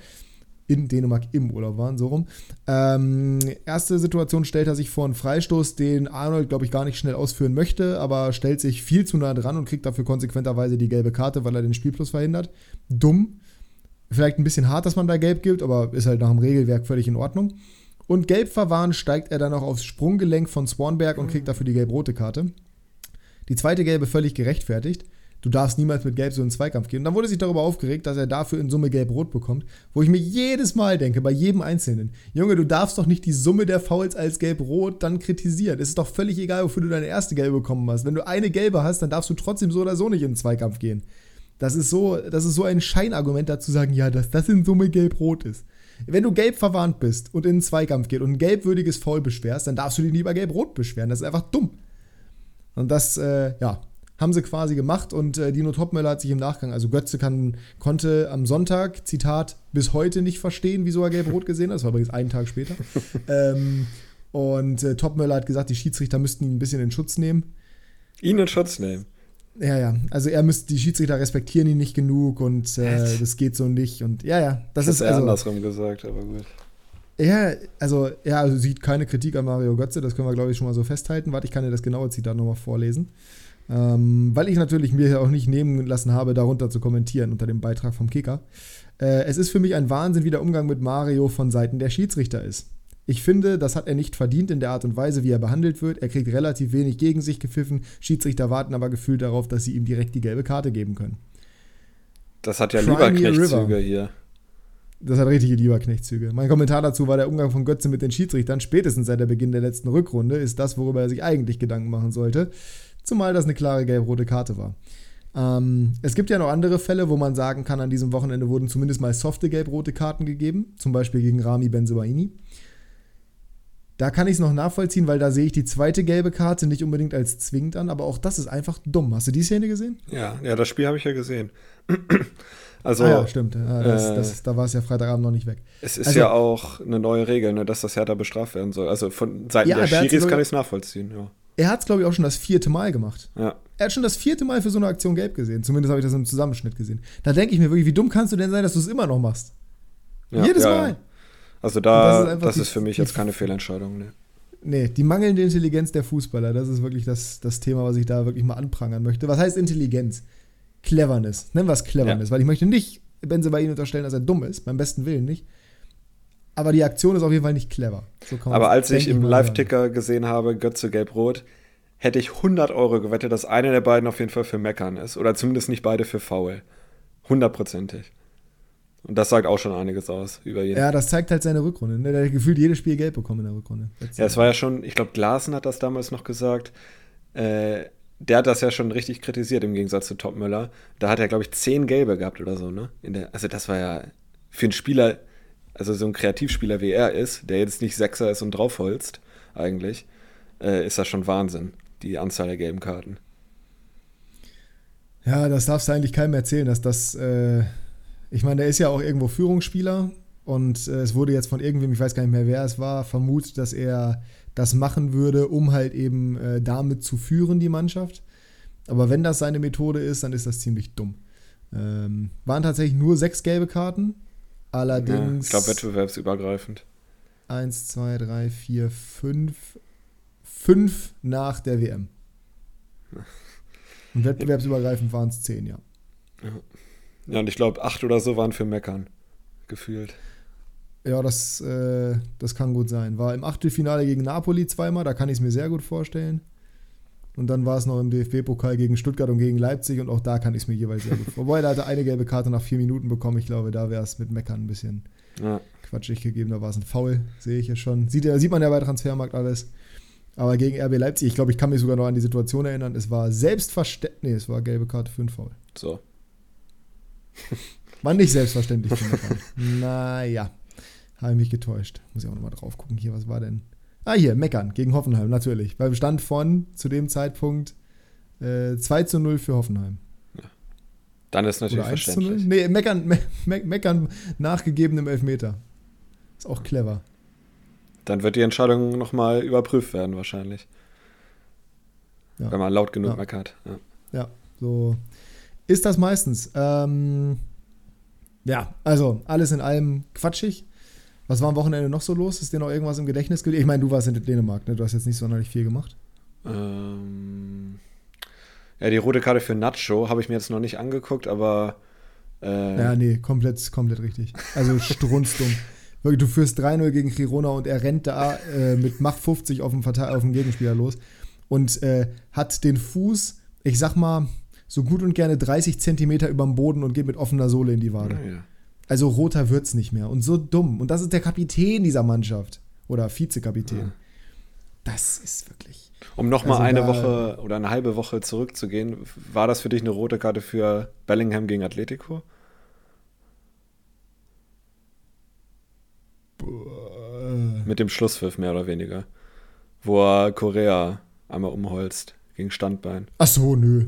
so rum. Erste Situation stellt er sich vor einen Freistoß, den Arnold, glaube ich, gar nicht schnell ausführen möchte, aber stellt sich viel zu nah dran und kriegt dafür konsequenterweise die gelbe Karte, weil er den Spielfluss verhindert. Dumm. Vielleicht ein bisschen hart, dass man da gelb gibt, aber ist halt nach dem Regelwerk völlig in Ordnung. Und gelb verwarnt steigt er dann noch aufs Sprunggelenk von Swanberg und kriegt dafür die gelb-rote Karte. Die zweite gelbe völlig gerechtfertigt. Du darfst niemals mit Gelb so in den Zweikampf gehen. Und dann wurde sich darüber aufgeregt, dass er dafür in Summe gelb-rot bekommt, wo ich mir jedes Mal denke, bei jedem Einzelnen, Junge, du darfst doch nicht die Summe der Fouls als gelb-rot dann kritisieren. Es ist doch völlig egal, wofür du deine erste gelbe bekommen hast. Wenn du eine gelbe hast, dann darfst du trotzdem so oder so nicht in den Zweikampf gehen. Das ist so ein Scheinargument dazu sagen, ja, dass das in Summe gelb-rot ist. Wenn du gelb verwarnt bist und in den Zweikampf geht und ein gelbwürdiges Foul beschwerst, dann darfst du dich lieber gelb-rot beschweren. Das ist einfach dumm. Und das, haben sie quasi gemacht und Dino Topmöller hat sich im Nachgang, also Götze konnte am Sonntag, Zitat, bis heute nicht verstehen, wieso er gelb-rot gesehen hat. Das war übrigens einen Tag später. Topmöller hat gesagt, die Schiedsrichter müssten ihn ein bisschen in Schutz nehmen.
Ihn in Schutz nehmen?
Ja. Also die Schiedsrichter respektieren ihn nicht genug und das geht so nicht. Und das ist
eher andersrum gesagt, aber gut.
Ja, also sieht keine Kritik an Mario Götze, das können wir, glaube ich, schon mal so festhalten. Warte, ich kann dir das genaue Zitat nochmal vorlesen. Weil ich natürlich mir auch nicht nehmen lassen habe, darunter zu kommentieren unter dem Beitrag vom Kicker. Es ist für mich ein Wahnsinn, wie der Umgang mit Mario von Seiten der Schiedsrichter ist. Ich finde, das hat er nicht verdient in der Art und Weise, wie er behandelt wird. Er kriegt relativ wenig gegen sich gepfiffen. Schiedsrichter warten aber gefühlt darauf, dass sie ihm direkt die gelbe Karte geben können.
Das hat ja Lieberknechtzüge hier.
Das hat richtige Lieberknechtzüge. Mein Kommentar dazu war, der Umgang von Götze mit den Schiedsrichtern, spätestens seit der Beginn der letzten Rückrunde, ist das, worüber er sich eigentlich Gedanken machen sollte. Zumal das eine klare gelb-rote Karte war. Es gibt ja noch andere Fälle, wo man sagen kann, an diesem Wochenende wurden zumindest mal softe gelb-rote Karten gegeben. Zum Beispiel gegen Rami Bensebaini. Da kann ich es noch nachvollziehen, weil da sehe ich die zweite gelbe Karte nicht unbedingt als zwingend an, aber auch das ist einfach dumm. Hast du die Szene gesehen?
Ja, das Spiel habe ich ja gesehen. Also,
ja, stimmt. Da war es ja Freitagabend noch nicht weg.
Es ist ja auch eine neue Regel, ne, dass das härter bestraft werden soll. Also von Seiten der Schiris kann ich es nachvollziehen. Ja.
Er hat es, glaube ich, auch schon das 4. Mal gemacht.
Ja.
Er hat schon das 4. Mal für so eine Aktion gelb gesehen. Zumindest habe ich das im Zusammenschnitt gesehen. Da denke ich mir wirklich, wie dumm kannst du denn sein, dass du es immer noch machst?
Ja,
Jedes Mal.
Also das ist für mich jetzt keine Fehlentscheidung. Ne.
Nee, die mangelnde Intelligenz der Fußballer, das ist wirklich das Thema, was ich da wirklich mal anprangern möchte. Was heißt Intelligenz? Cleverness. Nennen wir es Cleverness, weil ich möchte nicht Bensebaini unterstellen, dass er dumm ist, beim besten Willen nicht. Aber die Aktion ist auf jeden Fall nicht clever. So
aber als ich im Live-Ticker gesehen habe, Götze gelb-rot, hätte ich 100 € gewettet, dass einer der beiden auf jeden Fall für Meckern ist. Oder zumindest nicht beide für Foul. 100%. Und das sagt auch schon einiges aus über jeden.
Ja, das zeigt halt seine Rückrunde. Ne? Der hat gefühlt jedes Spiel gelb bekommen in der Rückrunde.
Ja, es war ja schon, ich glaube, Glasner hat das damals noch gesagt, der hat das ja schon richtig kritisiert im Gegensatz zu Topmöller. Da hat er, glaube ich, 10 Gelbe gehabt oder so, ne? Also das war ja für einen Spieler, also so ein Kreativspieler wie er ist, der jetzt nicht Sechser ist und draufholzt, eigentlich, ist das schon Wahnsinn, die Anzahl der gelben Karten.
Ja, das darfst du eigentlich keinem erzählen, dass das, ich meine, der ist ja auch irgendwo Führungsspieler und es wurde jetzt von irgendwem, ich weiß gar nicht mehr, wer es war, vermutet, dass er das machen würde, um halt eben damit zu führen, die Mannschaft. Aber wenn das seine Methode ist, dann ist das ziemlich dumm. Waren tatsächlich nur 6 gelbe Karten. Allerdings. Ja,
ich glaube, wettbewerbsübergreifend.
1, 2, 3, 4, 5. 5 nach der WM. Und wettbewerbsübergreifend waren es 10, ja.
Ja, und ich glaube 8 oder so waren für Meckern, gefühlt.
Ja, das kann gut sein. War im Achtelfinale gegen Napoli zweimal, da kann ich es mir sehr gut vorstellen. Und dann war es noch im DFB-Pokal gegen Stuttgart und gegen Leipzig und auch da kann ich es mir jeweils sehr gut vorstellen. Wobei, da hatte eine gelbe Karte nach 4 Minuten bekommen. Ich glaube, da wäre es mit Meckern ein bisschen quatschig gegeben. Da war es ein Foul, sehe ich ja schon. Sieht man ja bei Transfermarkt alles. Aber gegen RB Leipzig, ich glaube, ich kann mich sogar noch an die Situation erinnern, es war selbstverständlich, es war gelbe Karte für einen Foul.
So.
War nicht selbstverständlich für Meckern. Naja, habe ich mich getäuscht. Muss ich auch nochmal drauf gucken. Hier, was war denn? Hier, Meckern gegen Hoffenheim, natürlich. Beim Stand von, zu dem Zeitpunkt, 2-0 für Hoffenheim.
Ja. Dann ist natürlich verständlich.
Nee, Meckern nachgegebenem Elfmeter. Ist auch clever.
Dann wird die Entscheidung nochmal überprüft werden, wahrscheinlich. Ja. Wenn man laut genug meckert.
Ja, so ist das meistens. Ja, also alles in allem quatschig. Was war am Wochenende noch so los? Ist dir noch irgendwas im Gedächtnis geblieben? Ich meine, du warst in Dänemark, ne? Du hast jetzt nicht sonderlich viel gemacht.
Ja, die rote Karte für Nacho habe ich mir jetzt noch nicht angeguckt, aber
ja, nee, komplett richtig. Also strunzdumm. Wirklich, du führst 3-0 gegen Girona und er rennt da mit Mach 50 auf den Gegenspieler los und hat den Fuß, ich sag mal, so gut und gerne 30 Zentimeter überm Boden und geht mit offener Sohle in die Wade.
Ja.
Also roter wird's nicht mehr. Und so dumm. Und das ist der Kapitän dieser Mannschaft. Oder Vizekapitän. Ja. Das ist wirklich...
Um nochmal eine Woche oder eine halbe Woche zurückzugehen, war das für dich eine rote Karte für Bellingham gegen Atletico? Mit dem Schlusspfiff mehr oder weniger. Wo er Correa einmal umholzt gegen Standbein.
Ach so, nö.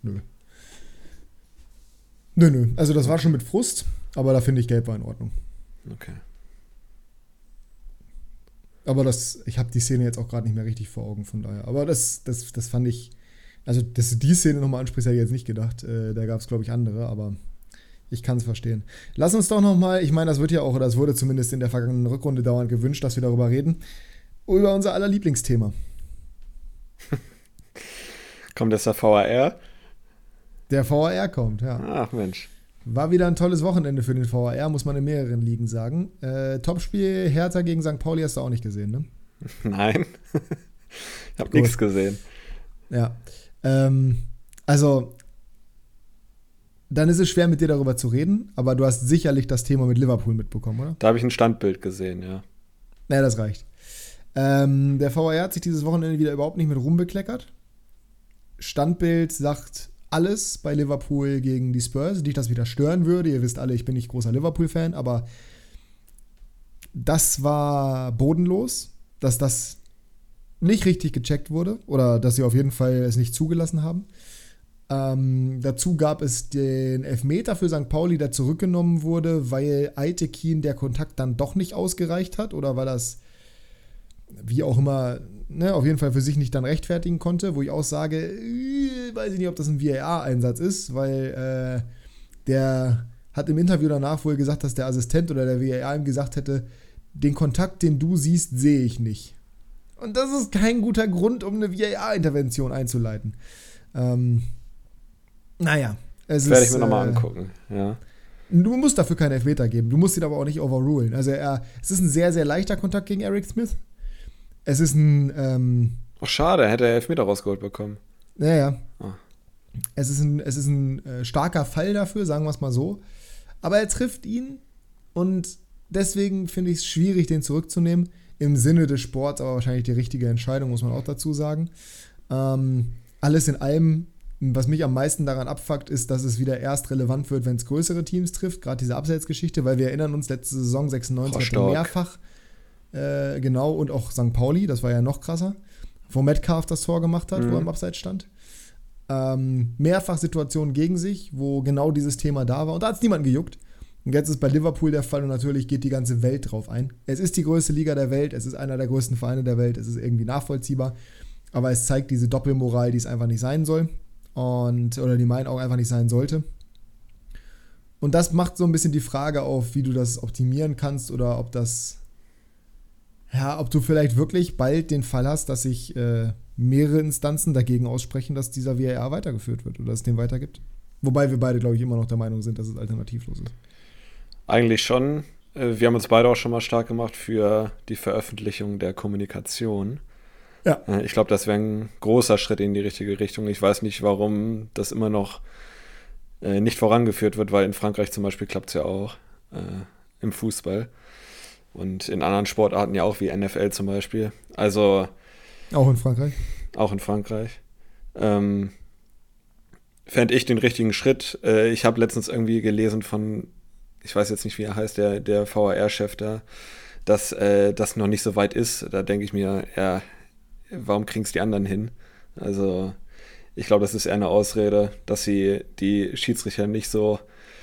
Also das war schon mit Frust, aber da finde ich, Gelb war in Ordnung.
Okay.
Aber ich habe die Szene jetzt auch gerade nicht mehr richtig vor Augen, von daher. Aber das fand ich, also dass du die Szene nochmal ansprichst, hätte ich jetzt nicht gedacht. Da gab es, glaube ich, andere, aber ich kann es verstehen. Lass uns doch nochmal, ich meine, das wird ja auch, oder das wurde zumindest in der vergangenen Rückrunde dauernd gewünscht, dass wir darüber reden, über unser aller Lieblingsthema.
Kommt jetzt der VAR?
Der VAR kommt, ja.
Ach Mensch.
War wieder ein tolles Wochenende für den VAR, muss man in mehreren Ligen sagen. Topspiel Hertha gegen St. Pauli hast du auch nicht gesehen, ne?
Nein. Ich habe nichts gesehen.
Ja. Also, dann ist es schwer, mit dir darüber zu reden, aber du hast sicherlich das Thema mit Liverpool mitbekommen, oder?
Da habe ich ein Standbild gesehen, ja.
Naja, das reicht. Der VAR hat sich dieses Wochenende wieder überhaupt nicht mit rumbekleckert. Standbild sagt alles bei Liverpool gegen die Spurs. Nicht, dass mich das stören würde. Ihr wisst alle, ich bin nicht großer Liverpool-Fan, aber das war bodenlos, dass das nicht richtig gecheckt wurde oder dass sie auf jeden Fall es nicht zugelassen haben. Dazu gab es den Elfmeter für St. Pauli, der zurückgenommen wurde, weil Aytekin der Kontakt dann doch nicht ausgereicht hat oder weil das wie auch immer, ne, auf jeden Fall für sich nicht dann rechtfertigen konnte, wo ich auch sage, weiß ich nicht, ob das ein VAR-Einsatz ist, weil der hat im Interview danach wohl gesagt, dass der Assistent oder der VAR ihm gesagt hätte, den Kontakt, den du siehst, sehe ich nicht. Und das ist kein guter Grund, um eine VAR-Intervention einzuleiten. Naja.
Das werde ich mir nochmal angucken, ja.
Du musst dafür keinen Elfmeter geben, du musst ihn aber auch nicht overrulen. Also es ist ein sehr, sehr leichter Kontakt gegen Eric Smith. Es ist ein...
schade, hätte er Elfmeter rausgeholt bekommen.
Ja. Oh. Es ist ein starker Fall dafür, sagen wir es mal so. Aber er trifft ihn und deswegen finde ich es schwierig, den zurückzunehmen. Im Sinne des Sports, aber wahrscheinlich die richtige Entscheidung, muss man auch dazu sagen. Alles in allem, was mich am meisten daran abfuckt, ist, dass es wieder erst relevant wird, wenn es größere Teams trifft. Gerade diese Abseitsgeschichte, weil wir erinnern uns, letzte Saison 96 hatte mehrfach genau, und auch St. Pauli, das war ja noch krasser, wo Metcalf das Tor gemacht hat, wo er im Abseits stand. Mehrfach Situationen gegen sich, wo genau dieses Thema da war und da hat es niemanden gejuckt. Und jetzt ist bei Liverpool der Fall und natürlich geht die ganze Welt drauf ein. Es ist die größte Liga der Welt, es ist einer der größten Vereine der Welt, es ist irgendwie nachvollziehbar, aber es zeigt diese Doppelmoral, die es einfach nicht sein soll oder die meinen auch einfach nicht sein sollte. Und das macht so ein bisschen die Frage auf, wie du das optimieren kannst oder ob das Ja, ob du vielleicht wirklich bald den Fall hast, dass sich mehrere Instanzen dagegen aussprechen, dass dieser VAR weitergeführt wird oder es den weitergibt. Wobei wir beide, glaube ich, immer noch der Meinung sind, dass es alternativlos ist.
Eigentlich schon. Wir haben uns beide auch schon mal stark gemacht für die Veröffentlichung der Kommunikation.
Ja.
Ich glaube, das wäre ein großer Schritt in die richtige Richtung. Ich weiß nicht, warum das immer noch nicht vorangeführt wird, weil in Frankreich zum Beispiel klappt es ja auch im Fußball. Und in anderen Sportarten ja auch, wie NFL zum Beispiel. Also
auch in Frankreich?
Auch in Frankreich. Fände ich den richtigen Schritt. Ich habe letztens irgendwie gelesen von, ich weiß jetzt nicht, wie er heißt, der VAR-Chef da, dass das noch nicht so weit ist. Da denke ich mir, ja, warum kriegen es die anderen hin? Also ich glaube, das ist eher eine Ausrede, dass sie die Schiedsrichter nicht so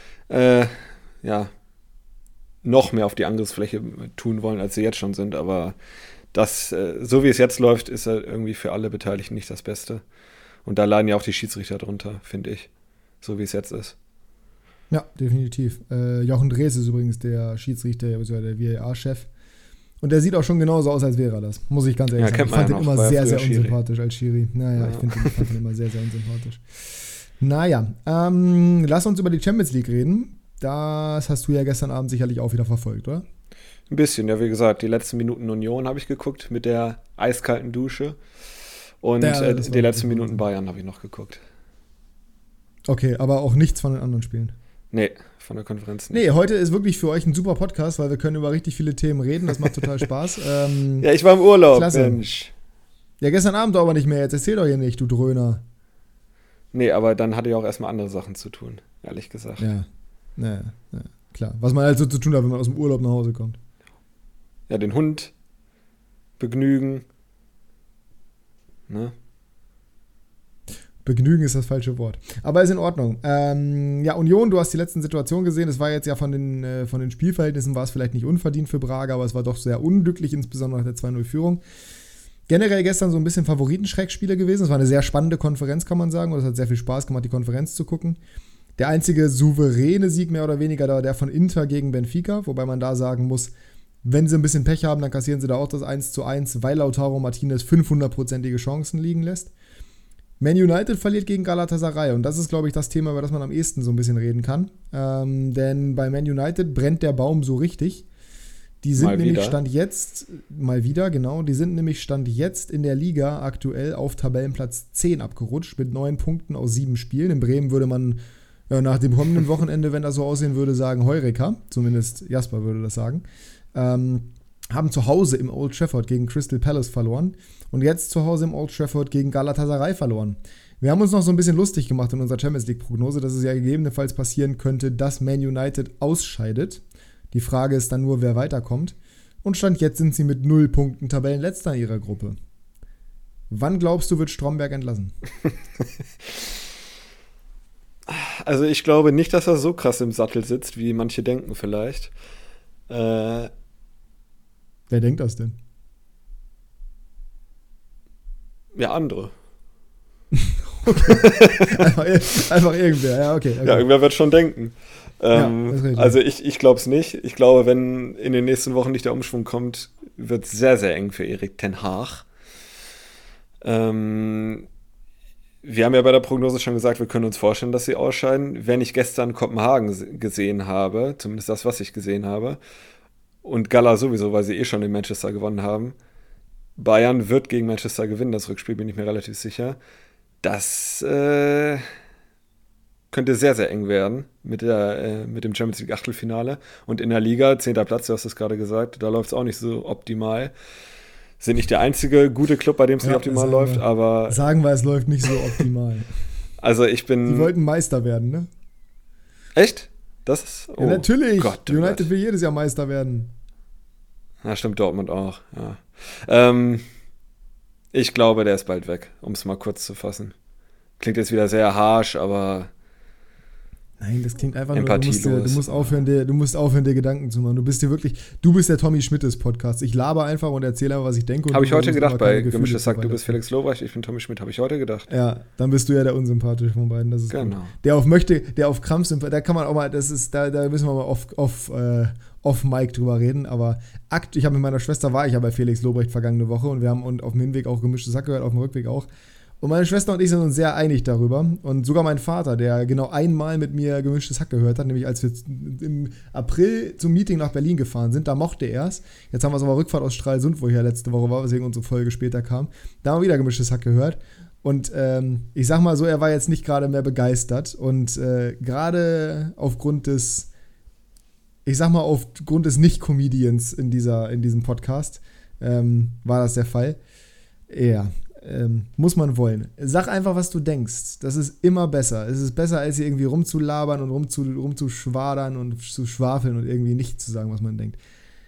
noch mehr auf die Angriffsfläche tun wollen, als sie jetzt schon sind. Aber das, so wie es jetzt läuft, ist halt irgendwie für alle Beteiligten nicht das Beste. Und da leiden ja auch die Schiedsrichter drunter, finde ich. So wie es jetzt ist.
Ja, definitiv. Jochen Drees ist übrigens der Schiedsrichter, der VAR-Chef. Und der sieht auch schon genauso aus, als wäre er das. Muss ich ganz ehrlich sagen. Ich fand ihn immer sehr, sehr unsympathisch als Schiri. Naja, ich fand ihn immer sehr, sehr unsympathisch. Naja, lass uns über die Champions League reden. Das hast du ja gestern Abend sicherlich auch wieder verfolgt, oder?
Ein bisschen, ja, wie gesagt, die letzten Minuten Union habe ich geguckt mit der eiskalten Dusche. Und die letzten Minuten Bayern habe ich noch geguckt.
Okay, aber auch nichts von den anderen Spielen?
Nee, von der Konferenz nicht.
Nee, heute ist wirklich für euch ein super Podcast, weil wir können über richtig viele Themen reden. Das macht total Spaß.
Ja, ich war im Urlaub,
klasse.
Mensch.
Ja, gestern Abend aber nicht mehr. Jetzt erzähl doch hier nicht, du Dröhner.
Nee, aber dann hatte ich auch erstmal andere Sachen zu tun, ehrlich gesagt.
Ja, klar. Was man halt so zu tun hat, wenn man aus dem Urlaub nach Hause kommt.
Ja, den Hund begnügen. Ne?
Begnügen ist das falsche Wort. Aber ist in Ordnung. Ja, Union, du hast die letzten Situationen gesehen. Es war jetzt ja von den Spielverhältnissen war es vielleicht nicht unverdient für Braga, aber es war doch sehr unglücklich, insbesondere nach der 2-0-Führung. Generell gestern so ein bisschen Favoritenschreckspiele gewesen. Es war eine sehr spannende Konferenz, kann man sagen. Und es hat sehr viel Spaß gemacht, die Konferenz zu gucken. Der einzige souveräne Sieg mehr oder weniger war der von Inter gegen Benfica, wobei man da sagen muss, wenn sie ein bisschen Pech haben, dann kassieren sie da auch das 1:1, weil Lautaro Martinez 500%ige Chancen liegen lässt. Man United verliert gegen Galatasaray und das ist, glaube ich, das Thema, über das man am ehesten so ein bisschen reden kann. Denn bei Man United brennt der Baum so richtig. Die sind nämlich Stand jetzt, mal wieder, genau, die sind nämlich Stand jetzt in der Liga aktuell auf Tabellenplatz 10 abgerutscht mit 9 Punkten aus 7 Spielen. In Bremen würde man nach dem kommenden Wochenende, wenn das so aussehen würde, sagen Heureka. Zumindest Jasper würde das sagen. Haben zu Hause im Old Trafford gegen Crystal Palace verloren und jetzt zu Hause im Old Trafford gegen Galatasaray verloren. Wir haben uns noch so ein bisschen lustig gemacht in unserer Champions League-Prognose, dass es ja gegebenenfalls passieren könnte, dass Man United ausscheidet. Die Frage ist dann nur, wer weiterkommt. Und Stand jetzt sind sie mit 0 Punkten Tabellenletzter in ihrer Gruppe. Wann glaubst du, wird Stromberg entlassen?
Also ich glaube nicht, dass er so krass im Sattel sitzt, wie manche denken vielleicht.
Wer denkt das denn?
Ja, andere.
Okay. einfach irgendwer, ja, okay.
Ja, irgendwer wird schon denken. Also ich glaube es nicht. Ich glaube, wenn in den nächsten Wochen nicht der Umschwung kommt, wird es sehr, sehr eng für Erik ten Hag. Wir haben ja bei der Prognose schon gesagt, wir können uns vorstellen, dass sie ausscheiden. Wenn ich gestern Kopenhagen gesehen habe, zumindest das, was ich gesehen habe, und Gala sowieso, weil sie eh schon in Manchester gewonnen haben, Bayern wird gegen Manchester gewinnen, das Rückspiel bin ich mir relativ sicher. Das könnte sehr, sehr eng werden mit dem Champions League Achtelfinale. Und in der Liga, 10. Platz, du hast es gerade gesagt, da läuft es auch nicht so optimal. Sind nicht der einzige gute Club, bei dem es nicht optimal läuft, aber...
Sagen wir, es läuft nicht so optimal.
Also ich bin...
Die wollten Meister werden, ne?
Echt? Das ist...
Ja, natürlich. Gott, United will jedes Jahr Meister werden.
Ja, stimmt, Dortmund auch. Ja. Ich glaube, der ist bald weg, um es mal kurz zu fassen. Klingt jetzt wieder sehr harsh, aber...
Nein, das klingt einfach nur, du musst aufhören, dir Gedanken zu machen. Du bist der Tommy Schmidt des Podcasts. Ich laber einfach und erzähle einfach, was ich denke.
Habe ich heute gedacht bei Gemischtes Hack, du bist Felix Lobrecht, ich bin Tommy Schmidt, habe ich heute gedacht.
Ja, dann bist du ja der Unsympathische von beiden, das ist
genau.
Gut. Der auf Krampf, da kann man auch mal, da müssen wir mal off Mic drüber reden, aber ich habe mit meiner Schwester, war ich ja bei Felix Lobrecht vergangene Woche und wir haben auf dem Hinweg auch Gemischtes Hack gehört, auf dem Rückweg auch. Und meine Schwester und ich sind uns sehr einig darüber. Und sogar mein Vater, der genau einmal mit mir Gemischtes Hack gehört hat, nämlich als wir im April zum Meeting nach Berlin gefahren sind, da mochte er es. Jetzt haben wir es aber Rückfahrt aus Stralsund, wo ich ja letzte Woche war, weswegen unsere Folge später kam. Da haben wir wieder Gemischtes Hack gehört. Und ich sag mal so, er war jetzt nicht gerade mehr begeistert. Und gerade aufgrund des Nicht-Comedians in diesem Podcast war das der Fall. Ja. Muss man wollen. Sag einfach, was du denkst. Das ist immer besser. Es ist besser, als hier irgendwie rumzulabern und rumzuschwadern und zu schwafeln und irgendwie nicht zu sagen, was man denkt.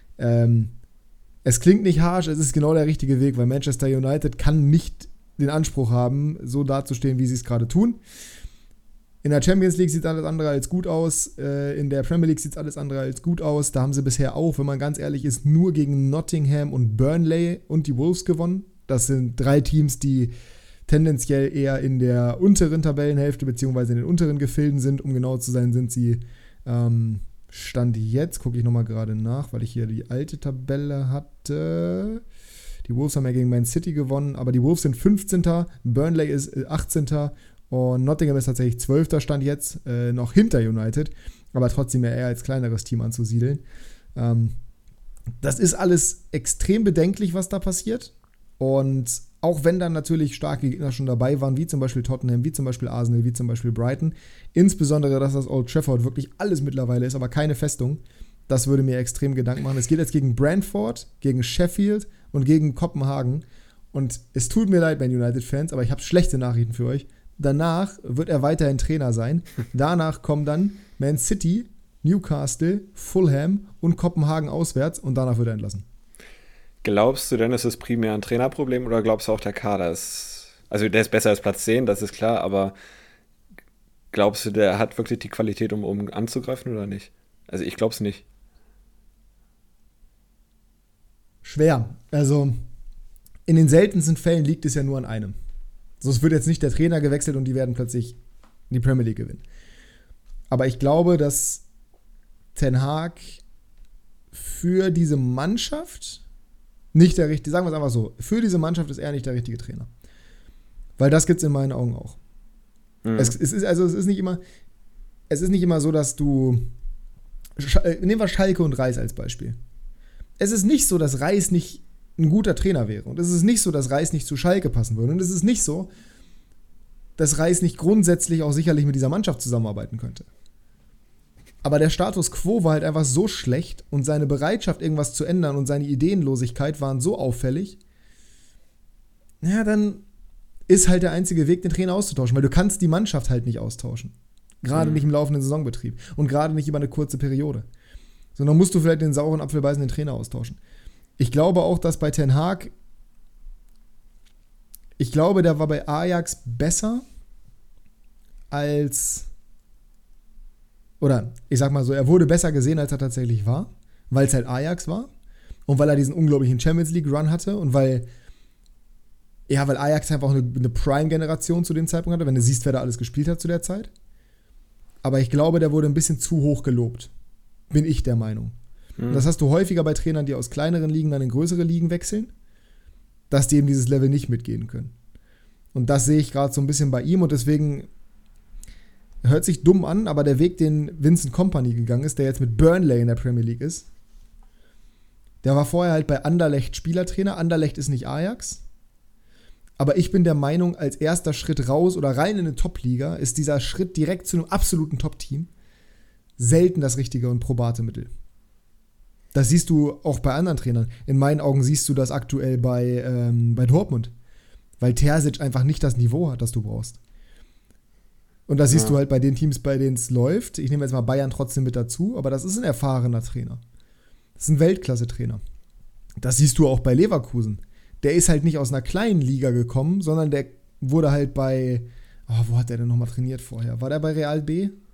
Es klingt nicht harsch, es ist genau der richtige Weg, weil Manchester United kann nicht den Anspruch haben, so dazustehen, wie sie es gerade tun. In der Champions League sieht alles andere als gut aus. In der Premier League sieht alles andere als gut aus. Da haben sie bisher auch, wenn man ganz ehrlich ist, nur gegen Nottingham und Burnley und die Wolves gewonnen. Das sind 3 Teams, die tendenziell eher in der unteren Tabellenhälfte beziehungsweise in den unteren Gefilden sind. Um genau zu sein, sind sie Stand jetzt, gucke ich nochmal gerade nach, weil ich hier die alte Tabelle hatte. Die Wolves haben ja gegen Man City gewonnen, aber die Wolves sind 15. Burnley ist 18. und Nottingham ist tatsächlich 12. Stand jetzt, noch hinter United, aber trotzdem eher als kleineres Team anzusiedeln. Das ist alles extrem bedenklich, was da passiert. Und auch wenn dann natürlich starke Gegner schon dabei waren, wie zum Beispiel Tottenham, wie zum Beispiel Arsenal, wie zum Beispiel Brighton, insbesondere, dass das Old Trafford wirklich alles mittlerweile ist, aber keine Festung, das würde mir extrem Gedanken machen. Es geht jetzt gegen Brentford, gegen Sheffield und gegen Kopenhagen. Und es tut mir leid, Man United-Fans, aber ich habe schlechte Nachrichten für euch. Danach wird er weiterhin Trainer sein. Danach kommen dann Man City, Newcastle, Fulham und Kopenhagen auswärts und danach wird er entlassen.
Glaubst du denn, es ist primär ein Trainerproblem oder glaubst du auch, der Kader ist, also der ist besser als Platz 10, das ist klar, aber glaubst du, der hat wirklich die Qualität, um anzugreifen oder nicht? Also ich glaube es nicht.
Schwer. Also in den seltensten Fällen liegt es ja nur an einem. So, es wird jetzt nicht der Trainer gewechselt und die werden plötzlich die Premier League gewinnen. Aber ich glaube, dass Ten Hag für diese Mannschaft nicht der richtige, sagen wir es einfach so, für diese Mannschaft ist er nicht der richtige Trainer. Weil das gibt es in meinen Augen auch. Mhm. Es ist nicht immer so, dass du, nehmen wir Schalke und Reis als Beispiel. Es ist nicht so, dass Reis nicht ein guter Trainer wäre. Und es ist nicht so, dass Reis nicht zu Schalke passen würde. Und es ist nicht so, dass Reis nicht grundsätzlich auch sicherlich mit dieser Mannschaft zusammenarbeiten könnte. Aber der Status quo war halt einfach so schlecht und seine Bereitschaft, irgendwas zu ändern und seine Ideenlosigkeit waren so auffällig, ja, dann ist halt der einzige Weg, den Trainer auszutauschen, weil du kannst die Mannschaft halt nicht austauschen. Gerade nicht im laufenden Saisonbetrieb und gerade nicht über eine kurze Periode. Sondern musst du vielleicht den sauren Apfel beißenden Trainer austauschen. Ich glaube auch, dass bei Ten Hag, der war bei Ajax besser als, oder ich sag mal so, er wurde besser gesehen, als er tatsächlich war, weil es halt Ajax war und weil er diesen unglaublichen Champions League Run hatte und weil Ajax einfach auch eine Prime-Generation zu dem Zeitpunkt hatte, wenn du siehst, wer da alles gespielt hat zu der Zeit. Aber ich glaube, der wurde ein bisschen zu hoch gelobt. Bin ich der Meinung. Und das hast du häufiger bei Trainern, die aus kleineren Ligen dann in größere Ligen wechseln, dass die eben dieses Level nicht mitgehen können. Und das sehe ich gerade so ein bisschen bei ihm und deswegen hört sich dumm an, aber der Weg, den Vincent Kompany gegangen ist, der jetzt mit Burnley in der Premier League ist, der war vorher halt bei Anderlecht Spielertrainer. Anderlecht ist nicht Ajax. Aber ich bin der Meinung, als erster Schritt raus oder rein in eine Top-Liga ist dieser Schritt direkt zu einem absoluten Top-Team selten das richtige und probate Mittel. Das siehst du auch bei anderen Trainern. In meinen Augen siehst du das aktuell bei Dortmund. Weil Terzic einfach nicht das Niveau hat, das du brauchst. Und das siehst du halt bei den Teams, bei denen es läuft. Ich nehme jetzt mal Bayern trotzdem mit dazu, aber das ist ein erfahrener Trainer. Das ist ein Weltklasse-Trainer. Das siehst du auch bei Leverkusen. Der ist halt nicht aus einer kleinen Liga gekommen, sondern der wurde halt bei, wo hat der denn nochmal trainiert vorher? War der bei Real B?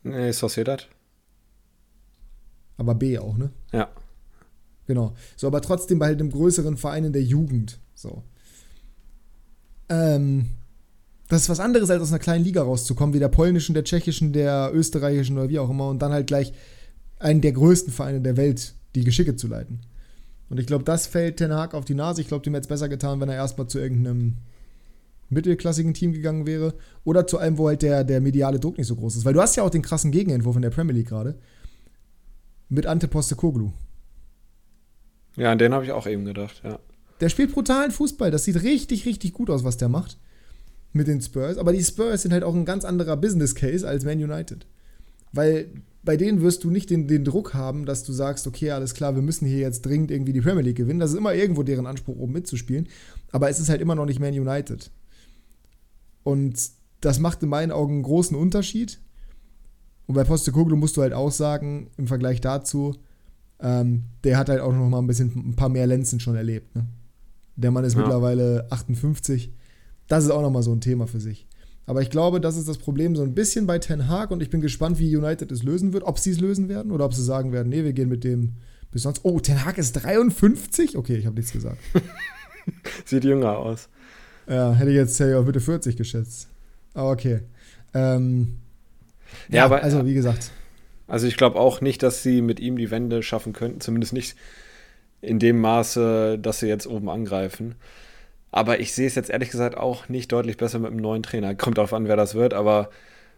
Nee, Sociedad.
Aber B auch, ne?
Ja.
Genau. So, aber trotzdem bei halt einem größeren Verein in der Jugend. So. Das ist was anderes, als aus einer kleinen Liga rauszukommen, wie der polnischen, der tschechischen, der österreichischen oder wie auch immer, und dann halt gleich einen der größten Vereine der Welt die Geschicke zu leiten. Und ich glaube, das fällt Ten Hag auf die Nase. Ich glaube, dem hätte es besser getan, wenn er erstmal zu irgendeinem mittelklassigen Team gegangen wäre oder zu einem, wo halt der mediale Druck nicht so groß ist. Weil du hast ja auch den krassen Gegenentwurf in der Premier League gerade mit Ante Postecoglou.
Ja, an den habe ich auch eben gedacht, ja.
Der spielt brutalen Fußball. Das sieht richtig, richtig gut aus, was der macht mit den Spurs. Aber die Spurs sind halt auch ein ganz anderer Business Case als Man United. Weil bei denen wirst du nicht den Druck haben, dass du sagst, okay, alles klar, wir müssen hier jetzt dringend irgendwie die Premier League gewinnen. Das ist immer irgendwo deren Anspruch, oben mitzuspielen. Aber es ist halt immer noch nicht Man United. Und das macht in meinen Augen einen großen Unterschied. Und bei Postecoglou musst du halt auch sagen, im Vergleich dazu, der hat halt auch noch mal ein paar mehr Lenzen schon erlebt. Ne? Der Mann ist mittlerweile 58. Das ist auch noch mal so ein Thema für sich. Aber ich glaube, das ist das Problem so ein bisschen bei Ten Hag und ich bin gespannt, wie United es lösen wird. Ob sie es lösen werden oder ob sie sagen werden, nee, wir gehen mit dem bis sonst. Oh, Ten Hag ist 53? Okay, ich habe nichts gesagt.
Sieht jünger aus.
Ja, hätte ich jetzt auf Mitte 40 geschätzt. Aber okay.
Ja, aber
also wie gesagt.
Also ich glaube auch nicht, dass sie mit ihm die Wende schaffen könnten. Zumindest nicht in dem Maße, dass sie jetzt oben angreifen. Aber ich sehe es jetzt ehrlich gesagt auch nicht deutlich besser mit einem neuen Trainer. Kommt darauf an, wer das wird, aber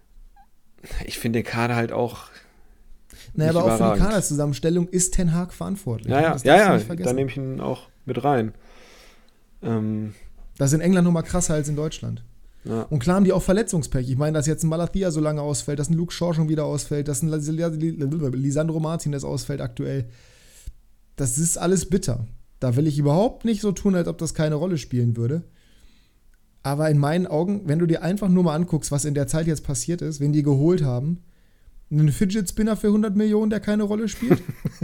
ich finde den Kader halt auch
naja, aber überragend. Auch für die Kaderzusammenstellung ist Ten Hag verantwortlich.
Ja, da nehme ich ihn auch mit rein.
Das ist in England nochmal krasser als in Deutschland. Ja. Und klar haben die auch Verletzungspech. Ich meine, dass jetzt ein Malathia so lange ausfällt, dass ein Luke Shaw schon wieder ausfällt, dass ein Lisandro Martinez ausfällt aktuell. Das ist alles bitter. Da will ich überhaupt nicht so tun, als ob das keine Rolle spielen würde. Aber in meinen Augen, wenn du dir einfach nur mal anguckst, was in der Zeit jetzt passiert ist, wen die geholt haben, einen Fidget Spinner für 100 Millionen, der keine Rolle spielt.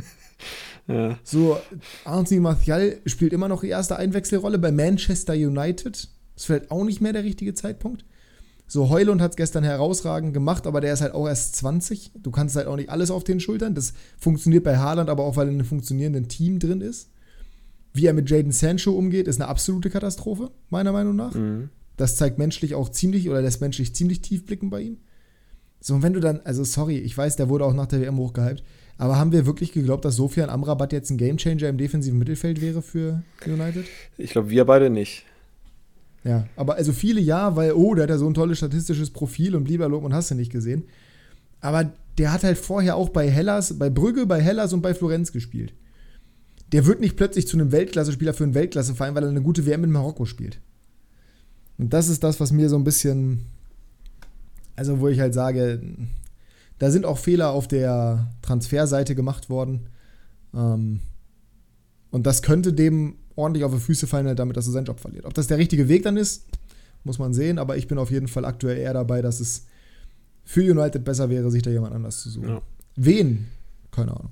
Ja. So, Anthony Martial spielt immer noch die erste Einwechselrolle bei Manchester United. Das ist vielleicht auch nicht mehr der richtige Zeitpunkt. So, Højlund hat es gestern herausragend gemacht, aber der ist halt auch erst 20. Du kannst halt auch nicht alles auf den Schultern. Das funktioniert bei Haaland, aber auch, weil er in einem funktionierenden Team drin ist. Wie er mit Jadon Sancho umgeht, ist eine absolute Katastrophe, meiner Meinung nach. Mhm. Das zeigt menschlich auch ziemlich, oder lässt menschlich ziemlich tief blicken bei ihm. So, und wenn du dann, also sorry, ich weiß, der wurde auch nach der WM hochgehypt, aber haben wir wirklich geglaubt, dass Sofian Amrabat jetzt ein Gamechanger im defensiven Mittelfeld wäre für United?
Ich glaube, wir beide nicht.
Ja, aber also viele ja, weil, der hat ja so ein tolles statistisches Profil und blablabla und hast du nicht gesehen. Aber der hat halt vorher auch bei Hellas, bei Brügge, bei Hellas und bei Florenz gespielt. Der wird nicht plötzlich zu einem Weltklasse-Spieler für einen Weltklasse-Verein, weil er eine gute WM in Marokko spielt. Und das ist das, was mir so ein bisschen, also wo ich halt sage, da sind auch Fehler auf der Transferseite gemacht worden. Und das könnte dem ordentlich auf die Füße fallen, halt damit, dass er seinen Job verliert. Ob das der richtige Weg dann ist, muss man sehen, aber ich bin auf jeden Fall aktuell eher dabei, dass es für United besser wäre, sich da jemand anders zu suchen. Ja. Wen? Keine Ahnung.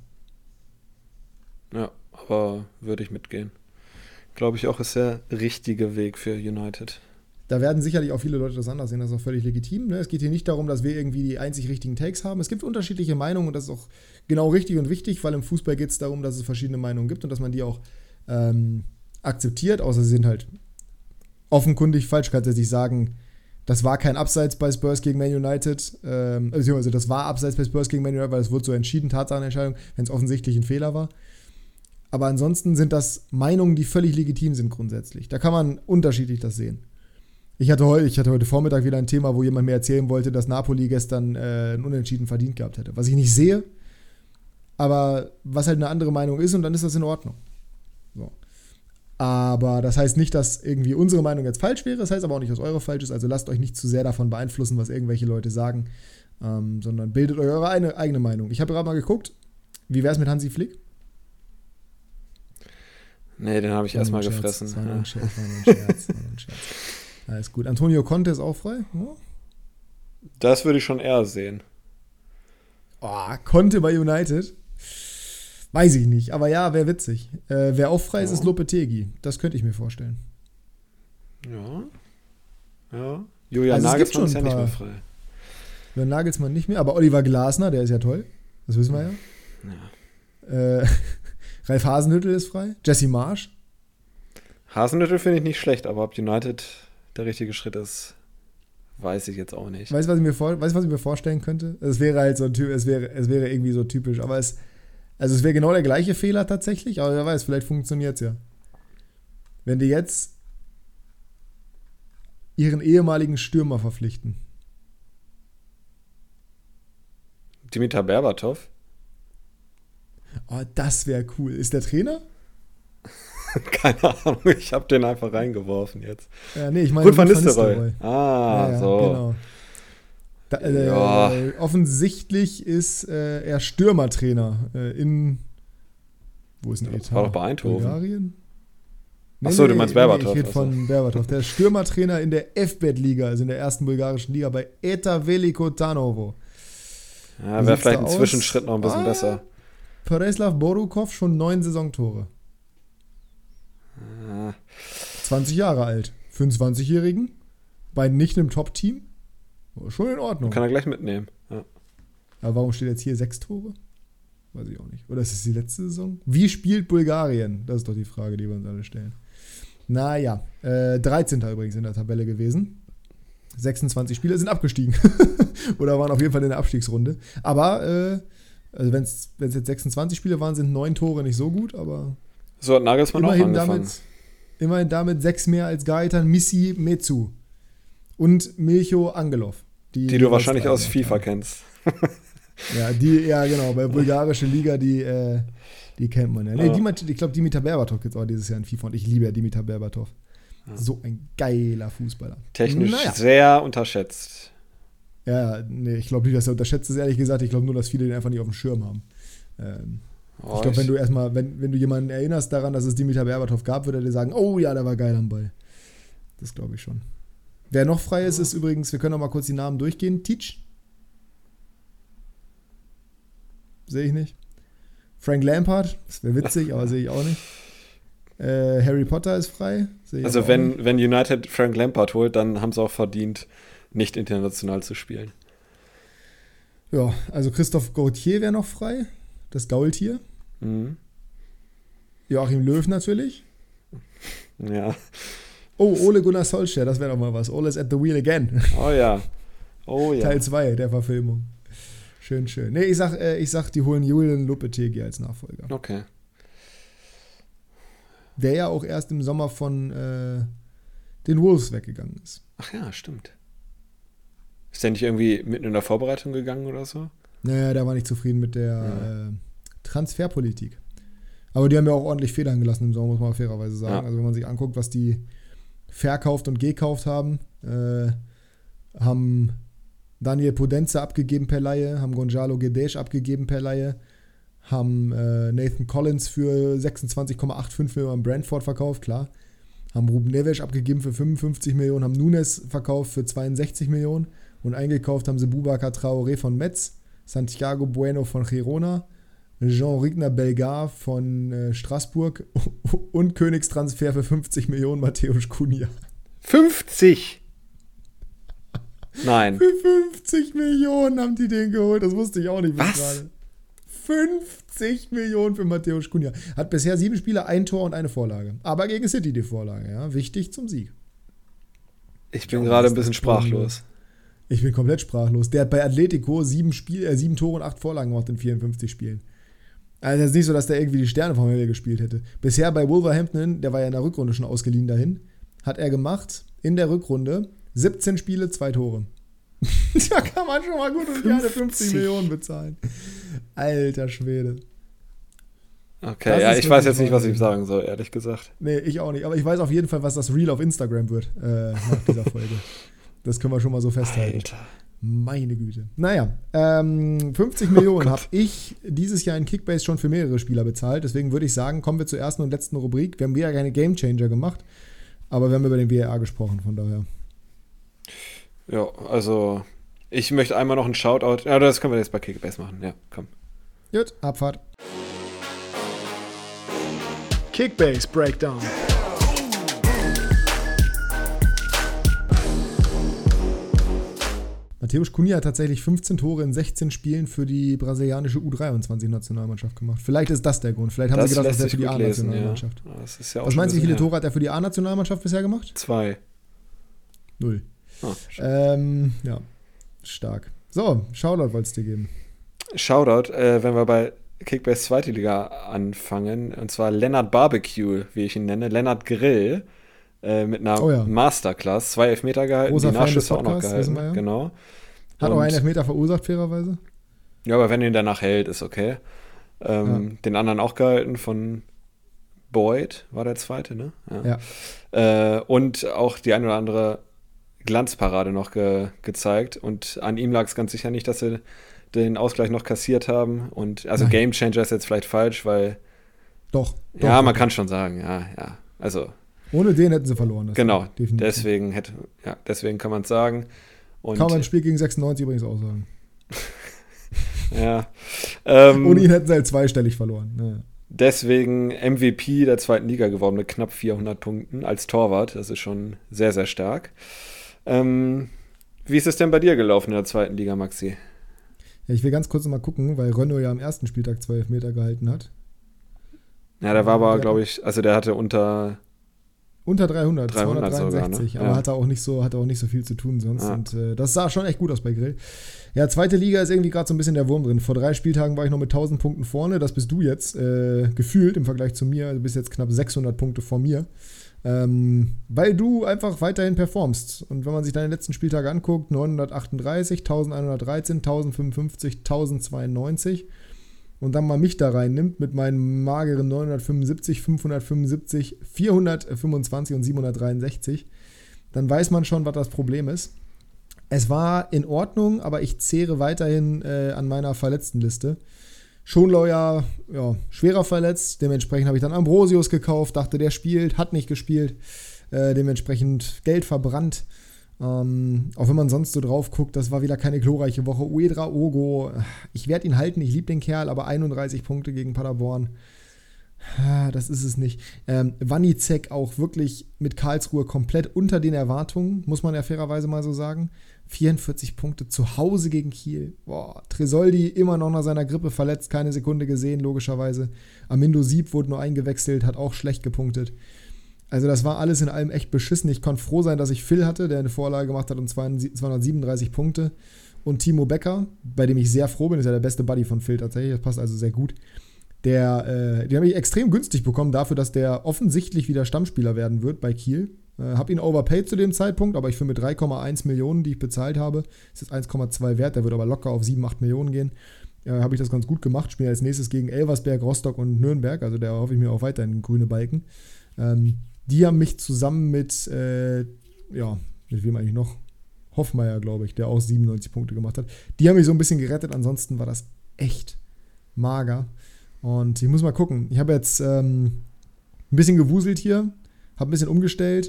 Ja, aber würde ich mitgehen. Glaube ich auch, ist der richtige Weg für United.
Da werden sicherlich auch viele Leute das anders sehen, das ist auch völlig legitim. Ne? Es geht hier nicht darum, dass wir irgendwie die einzig richtigen Takes haben. Es gibt unterschiedliche Meinungen und das ist auch genau richtig und wichtig, weil im Fußball geht es darum, dass es verschiedene Meinungen gibt und dass man die auch akzeptiert, außer sie sind halt offenkundig falsch. Kannst du nicht sagen, das war kein Abseits bei Spurs gegen Man United, beziehungsweise das war Abseits bei Spurs gegen Man United, weil es wurde so entschieden, Tatsachenentscheidung, wenn es offensichtlich ein Fehler war. Aber ansonsten sind das Meinungen, die völlig legitim sind grundsätzlich. Da kann man unterschiedlich das sehen. Ich hatte heute Vormittag wieder ein Thema, wo jemand mir erzählen wollte, dass Napoli gestern einen Unentschieden verdient gehabt hätte. Was ich nicht sehe, aber was halt eine andere Meinung ist und dann ist das in Ordnung. So. Aber das heißt nicht, dass irgendwie unsere Meinung jetzt falsch wäre, das heißt aber auch nicht, dass eure falsch ist, also lasst euch nicht zu sehr davon beeinflussen, was irgendwelche Leute sagen, sondern bildet euch eure eigene Meinung. Ich habe gerade mal geguckt, wie wäre es mit Hansi Flick?
Nee, den habe ich erstmal gefressen.
Das war nur ein Scherz. Alles gut. Antonio Conte ist auch frei? Ja.
Das würde ich schon eher sehen.
Oh, Conte bei United? Weiß ich nicht, aber ja, wäre witzig. Wer auch frei ist, ist Lopetegui. Das könnte ich mir vorstellen.
Ja. Julian Nagelsmann ist ja nicht mehr frei.
Über Nagelsmann nicht mehr, aber Oliver Glasner, der ist ja toll. Das wissen wir ja. Ralf Hasenhüttl ist frei. Jesse Marsch.
Hasenhüttl finde ich nicht schlecht, aber ob United der richtige Schritt ist, weiß ich jetzt auch nicht.
Weißt du, was ich mir vorstellen könnte? Es wäre halt so ein Typ, es wäre irgendwie so typisch, aber es wäre genau der gleiche Fehler tatsächlich, aber wer weiß, vielleicht funktioniert es ja. Wenn die jetzt ihren ehemaligen Stürmer verpflichten.
Dimitar Berbatov?
Oh, das wäre cool. Ist der Trainer?
Keine Ahnung, ich habe den einfach reingeworfen jetzt.
Ja, nee, ich meine Ruud van Nistelrooy.
Ja, so.
Genau. Offensichtlich ist er Stürmertrainer wo ist denn Etat?
War doch bei Eindhoven.
Bulgarien?
Achso, du meinst Berbatov.
Ich rede von Berbatov. Der ist Stürmertrainer in der FBET-Liga, also in der ersten bulgarischen Liga bei Eta Veliko Tarnovo.
Ja, wäre vielleicht ein Zwischenschritt noch ein bisschen besser.
Pereslav Borukov schon 9 Saisontore. 20 Jahre alt. Für einen 20-Jährigen. Bei nicht einem Top-Team. Schon in Ordnung.
Kann er gleich mitnehmen. Ja.
Aber warum steht jetzt hier 6 Tore? Weiß ich auch nicht. Oder ist es die letzte Saison? Wie spielt Bulgarien? Das ist doch die Frage, die wir uns alle stellen. Naja. 13. übrigens in der Tabelle gewesen. 26 Spieler sind abgestiegen. Oder waren auf jeden Fall in der Abstiegsrunde. Aber also wenn es jetzt 26 Spiele waren, sind 9 Tore nicht so gut, aber
so hat Nagelsmann auch angefangen.
Immerhin damit 6 mehr als Gaetan Missi Metsu und Milcho Angelov. Die
du wahrscheinlich aus FIFA kennst.
Ja, genau, bei bulgarische Liga, die kennt man ja. Nee, ich glaube, Dimitar Berbatov gibt es auch dieses Jahr in FIFA und ich liebe ja Dimitar Berbatov. Ja. So ein geiler Fußballer.
Technisch sehr unterschätzt.
Ja, nee, ich glaube nicht, dass er unterschätzt ist, ehrlich gesagt. Ich glaube nur, dass viele den einfach nicht auf dem Schirm haben. Ich glaube, wenn du erstmal, wenn du jemanden erinnerst daran, dass es Dimitar Berbatov gab, würde er dir sagen, oh ja, der war geil am Ball. Das glaube ich schon. Wer noch frei ist, ist übrigens, wir können noch mal kurz die Namen durchgehen. Teach. Sehe ich nicht. Frank Lampard, das wäre witzig, aber sehe ich auch nicht. Harry Potter ist frei.
Also wenn United Frank Lampard holt, dann haben sie auch verdient, nicht international zu spielen.
Ja, also Christophe Gauthier wäre noch frei. Das Gaultier. Mhm. Joachim Löw natürlich.
Ja.
Oh, Ole Gunnar Solskjaer, das wäre doch mal was. Ole's at the wheel again.
Oh ja.
Teil 2 der Verfilmung. Schön, schön. Nee, ich sag, die holen Julian Lopetegui als Nachfolger.
Okay.
Der ja auch erst im Sommer von den Wolves weggegangen ist.
Ach ja, stimmt. Ist der nicht irgendwie mitten in der Vorbereitung gegangen oder so?
Naja, der war nicht zufrieden mit der Transferpolitik. Aber die haben ja auch ordentlich Federn gelassen im Sommer, muss man fairerweise sagen. Ja. Also wenn man sich anguckt, was die verkauft und gekauft haben, haben Daniel Podence abgegeben per Leihe, haben Gonzalo Guedes abgegeben per Leihe, haben Nathan Collins für 26,85 Millionen an Brentford verkauft, klar. Haben Ruben Neves abgegeben für 55 Millionen, haben Nunes verkauft für 62 Millionen und eingekauft haben sie Boubacar Traoré von Metz, Santiago Bueno von Girona, Jean-Rigner Belgar von Straßburg und Königstransfer für 50 Millionen Mateusz Cunha.
50? Nein.
Für 50 Millionen haben die den geholt, das wusste ich auch nicht bis gerade. 50 Millionen für Mateusz Cunha. Hat bisher 7 Spiele, 1 Tor und 1 Vorlage. Aber gegen City die Vorlage, ja. Wichtig zum Sieg.
Ich bin gerade ein bisschen sprachlos.
Ich bin komplett sprachlos. Der hat bei Atletico 7 Tore und 8 Vorlagen gemacht in 54 Spielen. Also es ist nicht so, dass der irgendwie die Sterne vom Himmel gespielt hätte. Bisher bei Wolverhampton, der war ja in der Rückrunde schon ausgeliehen dahin, hat er gemacht, in der Rückrunde, 17 Spiele, 2 Tore. Da kann man schon mal gut und gerne 50 Millionen bezahlen. Alter Schwede.
Okay, ja, ich weiß jetzt nicht, was ich sagen soll, ehrlich gesagt.
Nee, ich auch nicht. Aber ich weiß auf jeden Fall, was das Reel auf Instagram wird nach dieser Folge. Das können wir schon mal so festhalten.
Alter.
Meine Güte. Naja, 50 Millionen habe ich dieses Jahr in Kickbase schon für mehrere Spieler bezahlt. Deswegen würde ich sagen, kommen wir zur ersten und letzten Rubrik. Wir haben wieder keine Gamechanger gemacht, aber wir haben über den VAR gesprochen, von daher.
Ja, also ich möchte einmal noch einen Shoutout. Ja, das können wir jetzt bei Kickbase machen. Ja, komm.
Gut, Abfahrt.
Kickbase Breakdown.
Mateusz Cunha hat tatsächlich 15 Tore in 16 Spielen für die brasilianische U23-Nationalmannschaft gemacht. Vielleicht ist das der Grund. Vielleicht haben sie gedacht, das wäre für die A-Nationalmannschaft. Ja. Was meinst du, wie viele Tore hat er für die A-Nationalmannschaft bisher gemacht?
2.
0. Ja, stark. So, Shoutout wolltest du dir geben.
Shoutout, wenn wir bei Kickbase 2. Liga anfangen, und zwar Lennart Barbecue, wie ich ihn nenne, Lennart Grill, mit einer Masterclass, 2 Elfmeter gehalten,
großer
die Nachschüsse auch noch gehalten. Ja. Genau.
Hat auch einen Elfmeter verursacht, fairerweise.
Ja, aber wenn er ihn danach hält, ist okay. Den anderen auch gehalten von Boyd, war der zweite, ne? Ja. Und auch die ein oder andere Glanzparade noch gezeigt. Und an ihm lag es ganz sicher nicht, dass sie den Ausgleich noch kassiert haben. Und also Game Changer ist jetzt vielleicht falsch, weil
Doch.
Man kann schon sagen, ja. Also
ohne den hätten sie verloren.
Genau, deswegen kann man es sagen. Und
kann man ein Spiel gegen 96 übrigens auch sagen.
Ja.
Ohne ihn hätten sie halt zweistellig verloren. Ja.
Deswegen MVP der 2. Liga geworden mit knapp 400 Punkten als Torwart. Das ist schon sehr, sehr stark. Wie ist es denn bei dir gelaufen in der 2. Liga, Maxi?
Ja, ich will ganz kurz noch mal gucken, weil Renault ja am ersten Spieltag 2 Elfmeter gehalten hat.
Ja, der war aber, glaube ich, also der hatte unter
300 263,
sogar, ne?
Aber
ja.
hatte auch nicht so viel zu tun sonst. Ja. Und das sah schon echt gut aus bei Grill. Ja, 2. Liga ist irgendwie gerade so ein bisschen der Wurm drin. Vor 3 Spieltagen war ich noch mit 1000 Punkten vorne. Das bist du jetzt gefühlt im Vergleich zu mir. Du bist jetzt knapp 600 Punkte vor mir. Weil du einfach weiterhin performst. Und wenn man sich deine letzten Spieltage anguckt, 938, 1113, 1055, 1092 und dann mal mich da reinnimmt mit meinen mageren 975, 575, 425 und 763, dann weiß man schon, was das Problem ist. Es war in Ordnung, aber ich zehre weiterhin an meiner Verletztenliste. Schonlau ja, schwerer verletzt, dementsprechend habe ich dann Ambrosius gekauft, dachte, der spielt, hat nicht gespielt, dementsprechend Geld verbrannt. Auch wenn man sonst so drauf guckt, das war wieder keine glorreiche Woche. Uedraogo, ich werde ihn halten, ich liebe den Kerl, aber 31 Punkte gegen Paderborn, das ist es nicht. Wanizek auch wirklich mit Karlsruhe komplett unter den Erwartungen, muss man ja fairerweise mal so sagen. 44 Punkte zu Hause gegen Kiel. Boah, Tresoldi immer noch nach seiner Grippe verletzt, keine Sekunde gesehen, logischerweise. Amindo Sieb wurde nur eingewechselt, hat auch schlecht gepunktet. Also das war alles in allem echt beschissen. Ich konnte froh sein, dass ich Phil hatte, der eine Vorlage gemacht hat und 237 Punkte. Und Timo Becker, bei dem ich sehr froh bin, ist ja der beste Buddy von Phil tatsächlich, das passt also sehr gut. Den habe ich extrem günstig bekommen dafür, dass der offensichtlich wieder Stammspieler werden wird bei Kiel. Habe ihn overpaid zu dem Zeitpunkt, aber ich finde mit 3,1 Millionen, die ich bezahlt habe, ist jetzt 1,2 wert, der wird aber locker auf 7, 8 Millionen gehen. Habe ich das ganz gut gemacht, spiele als nächstes gegen Elversberg, Rostock und Nürnberg, also da hoffe ich mir auch weiterhin grüne Balken. Die haben mich zusammen mit wem eigentlich noch? Hoffmeier, glaube ich, der auch 97 Punkte gemacht hat. Die haben mich so ein bisschen gerettet, ansonsten war das echt mager. Und ich muss mal gucken. Ich habe jetzt ein bisschen gewuselt hier, habe ein bisschen umgestellt,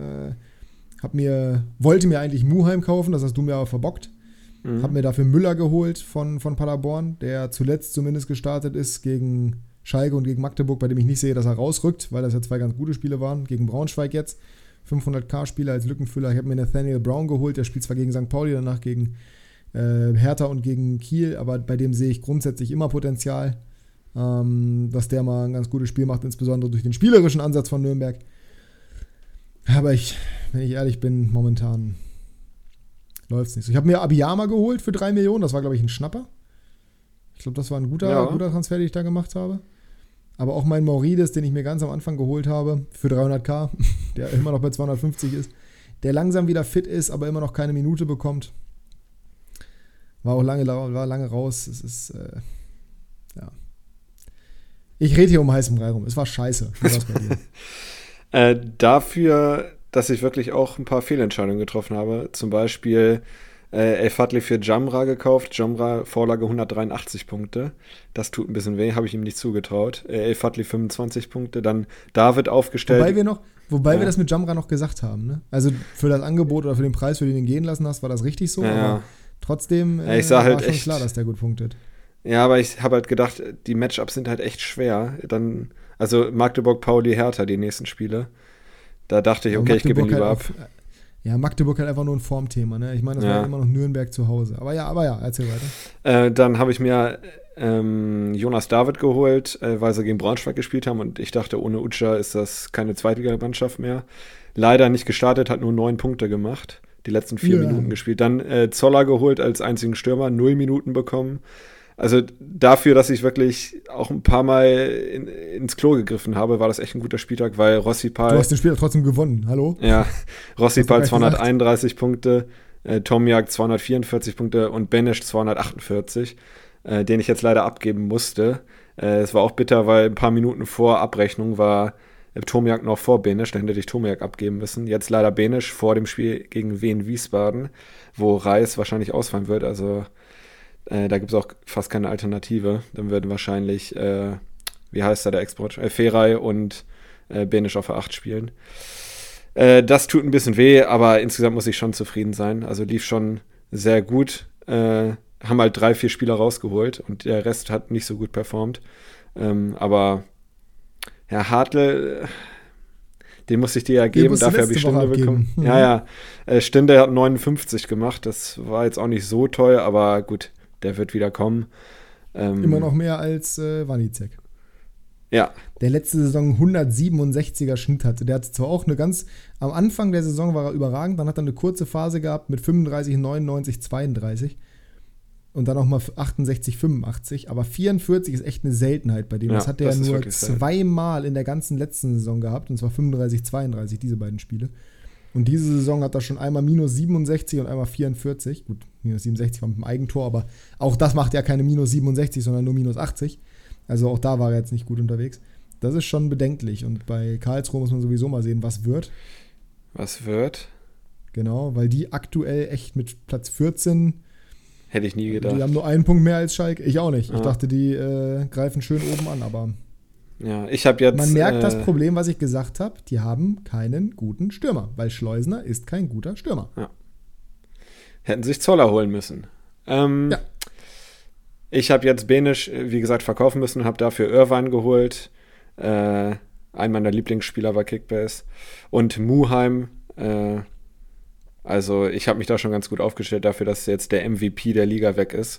wollte mir eigentlich Muheim kaufen, das hast du mir aber verbockt. Habe mir dafür Müller geholt von Paderborn, der zuletzt zumindest gestartet ist gegen Schalke und gegen Magdeburg, bei dem ich nicht sehe, dass er rausrückt, weil das ja 2 ganz gute Spiele waren. Gegen Braunschweig jetzt, 500k-Spieler als Lückenfüller. Ich habe mir Nathaniel Brown geholt, der spielt zwar gegen St. Pauli, danach gegen Hertha und gegen Kiel, aber bei dem sehe ich grundsätzlich immer Potenzial, dass der mal ein ganz gutes Spiel macht, insbesondere durch den spielerischen Ansatz von Nürnberg. Aber wenn ich ehrlich bin, momentan läuft es nicht so. Ich habe mir Abiyama geholt für 3 Millionen, das war, glaube ich, ein Schnapper. Ich glaube, das war ein guter Transfer, den ich da gemacht habe. Aber auch mein Maurides, den ich mir ganz am Anfang geholt habe, für 300k, der immer noch bei 250 ist, der langsam wieder fit ist, aber immer noch keine Minute bekommt. War lange raus. Es ist, Ich rede hier um heißen Brei rum. Es war scheiße. Wie war's bei
dir? Dafür, dass ich wirklich auch ein paar Fehlentscheidungen getroffen habe. Zum Beispiel El Fadli für Jamra gekauft. Jamra, Vorlage 183 Punkte. Das tut ein bisschen weh, habe ich ihm nicht zugetraut. El Fadli 25 Punkte. Dann David aufgestellt.
Wobei wir das mit Jamra noch gesagt haben. Ne? Also für das Angebot oder für den Preis, für den du ihn gehen lassen hast, war das richtig so. Ja. Aber trotzdem
ich sah halt
war schon klar, dass der gut punktet.
Ja, aber ich habe halt gedacht, die Matchups sind halt echt schwer. Also Magdeburg, Pauli, Hertha, die nächsten Spiele. Da dachte ich, okay, ich gebe ihn lieber ab.
Ja, Magdeburg hat einfach nur ein Formthema, ne? Ich meine, das war immer noch Nürnberg zu Hause. Aber ja, erzähl weiter.
Dann habe ich mir Jonas David geholt, weil sie gegen Braunschweig gespielt haben und ich dachte, ohne Utscha ist das keine Zweitligamannschaft mehr. Leider nicht gestartet, hat nur 9 Punkte gemacht, die letzten 4 Minuten gespielt. Dann Zoller geholt als einzigen Stürmer, 0 Minuten bekommen. Also dafür, dass ich wirklich auch ein paar Mal ins Klo gegriffen habe, war das echt ein guter Spieltag, weil Rossipal...
Du hast den Spieltag trotzdem gewonnen, hallo?
Ja, Rossipal 231 Punkte, Tomiak 244 Punkte und Benesch 248, den ich jetzt leider abgeben musste. Es war auch bitter, weil ein paar Minuten vor Abrechnung war Tomiak noch vor Benesch, dann hätte ich Tomiak abgeben müssen. Jetzt leider Benesch vor dem Spiel gegen Wien Wiesbaden, wo Reis wahrscheinlich ausfallen wird, also... da gibt es auch fast keine Alternative. Dann würden wahrscheinlich, wie heißt da der Export? Feray und Benesch auf der 8 spielen. Das tut ein bisschen weh, aber insgesamt muss ich schon zufrieden sein. Also lief schon sehr gut. Haben halt 3-4 Spieler rausgeholt und der Rest hat nicht so gut performt. Aber ja, Hartl, den musste ich dir ja geben, dafür habe ich Stinde bekommen. Mhm. Ja. Stinde hat 59 gemacht. Das war jetzt auch nicht so toll, aber gut. Der wird wieder kommen.
Immer noch mehr als Wanizek.
Ja.
Der letzte Saison 167er Schnitt hatte. Der hatte zwar auch am Anfang der Saison war er überragend, dann hat er eine kurze Phase gehabt mit 35, 99, 32 und dann auch mal 68, 85, aber 44 ist echt eine Seltenheit bei dem. Das hat er nur zweimal in der ganzen letzten Saison gehabt, und zwar 35, 32, diese beiden Spiele. Und diese Saison hat er schon einmal minus 67 und einmal 44. Gut, minus 67 war mit dem Eigentor, aber auch das macht ja keine minus 67, sondern nur minus 80. Also auch da war er jetzt nicht gut unterwegs. Das ist schon bedenklich. Und bei Karlsruhe muss man sowieso mal sehen, was wird.
Was wird?
Genau, weil die aktuell echt mit Platz 14...
Hätte ich nie gedacht.
Die haben nur einen Punkt mehr als Schalke. Ich auch nicht. Ja. Ich dachte, die greifen schön oben an, aber...
Ja, ich habe jetzt...
Man merkt das Problem, was ich gesagt habe, die haben keinen guten Stürmer, weil Schleusner ist kein guter Stürmer.
Ja. Hätten sich Zoller holen müssen. Ja. Ich habe jetzt Benesch, wie gesagt, verkaufen müssen und habe dafür Irvine geholt. Ein meiner Lieblingsspieler war Kickbase. Und Muheim, also ich habe mich da schon ganz gut aufgestellt dafür, dass jetzt der MVP der Liga weg ist.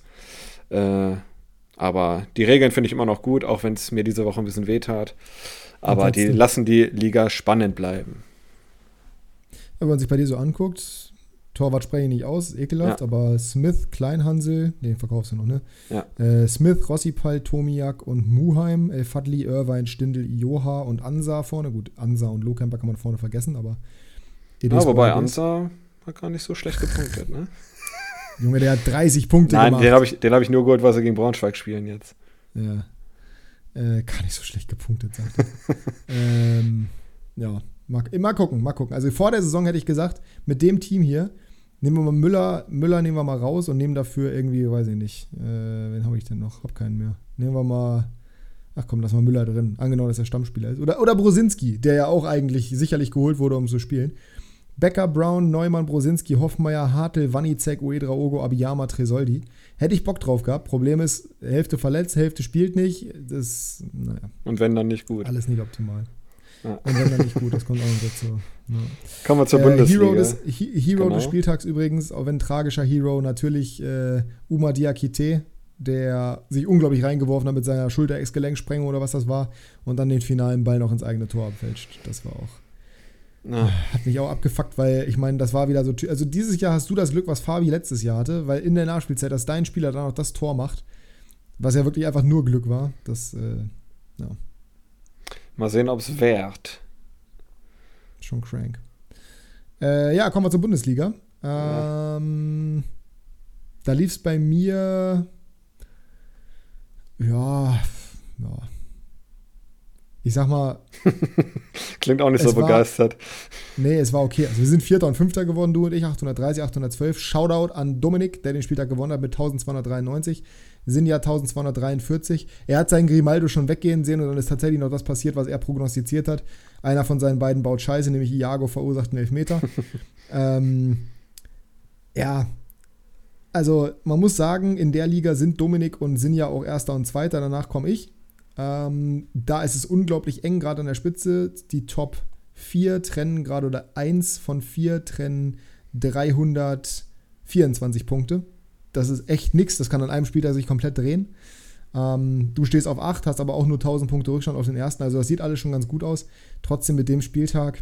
Aber die Regeln finde ich immer noch gut, auch wenn es mir diese Woche ein bisschen wehtat. Aber die lassen die Liga spannend bleiben.
Wenn man sich bei dir so anguckt, Torwart spreche ich nicht aus, ekelhaft, aber Smith, Kleinhansel, den verkaufst du noch, ne?
Ja.
Smith, Rossipal, Tomiak und Muheim, El Fadli, Irvine, Stindl, Joha und Ansa vorne. Gut, Ansa und Lohkemper kann man vorne vergessen, aber...
wobei Ansa hat gar nicht so schlecht gepunktet, ne?
Junge, der hat 30 Punkte gemacht.
Nein, den hab ich nur geholt, weil sie gegen Braunschweig spielen jetzt.
Ja. Gar nicht so schlecht gepunktet, sagt er. Ja, mal gucken. Also vor der Saison hätte ich gesagt, mit dem Team hier, nehmen wir mal Müller nehmen wir mal raus und nehmen dafür irgendwie, weiß ich nicht, wen habe ich denn noch? Hab keinen mehr. Nehmen wir mal, ach komm, lass mal Müller drin. Angenommen, dass er Stammspieler ist. Oder Brosinski, der ja auch eigentlich sicherlich geholt wurde, um zu spielen. Becker, Brown, Neumann, Brosinski, Hoffmeier, Hartl, Wanizek, Uedraogo, Abiyama, Tresoldi. Hätte ich Bock drauf gehabt. Problem ist, Hälfte verletzt, Hälfte spielt nicht. Das, naja.
Und wenn dann nicht gut.
Alles nicht optimal. Ja. Und wenn dann nicht gut, das kommt auch noch dazu. Ja.
Kommen wir zur Bundesliga.
Hero des Spieltags übrigens, auch wenn tragischer Hero, natürlich Oumar Diakité, der sich unglaublich reingeworfen hat mit seiner Schulter-Ex-Gelenksprengung oder was das war und dann den finalen Ball noch ins eigene Tor abfälscht. Das war auch... Hat mich auch abgefuckt, weil ich meine, das war wieder so, also dieses Jahr hast du das Glück, was Fabi letztes Jahr hatte, weil in der Nachspielzeit, dass dein Spieler dann auch das Tor macht, was ja wirklich einfach nur Glück war, das, ja.
Mal sehen, ob es währt.
Schon crank. Ja, kommen wir zur Bundesliga. Da lief es bei mir, ja. Ich sag mal.
Klingt auch nicht so begeistert.
Nee, es war okay. Also wir sind Vierter und Fünfter geworden, du und ich, 830, 812. Shoutout an Dominik, der den Spieltag gewonnen hat mit 1293. Sinja 1243. Er hat seinen Grimaldo schon weggehen sehen und dann ist tatsächlich noch das passiert, was er prognostiziert hat. Einer von seinen beiden baut Scheiße, nämlich Iago verursacht einen Elfmeter. Ja, also man muss sagen, in der Liga sind Dominik und Sinja auch Erster und Zweiter, danach komme ich. Da ist es unglaublich eng, gerade an der Spitze. Die Top 4 trennen gerade, oder 1 von 4 trennen 324 Punkte. Das ist echt nix, das kann an einem Spieltag sich komplett drehen. Du stehst auf 8, hast aber auch nur 1000 Punkte Rückstand auf den ersten, also das sieht alles schon ganz gut aus. Trotzdem mit dem Spieltag.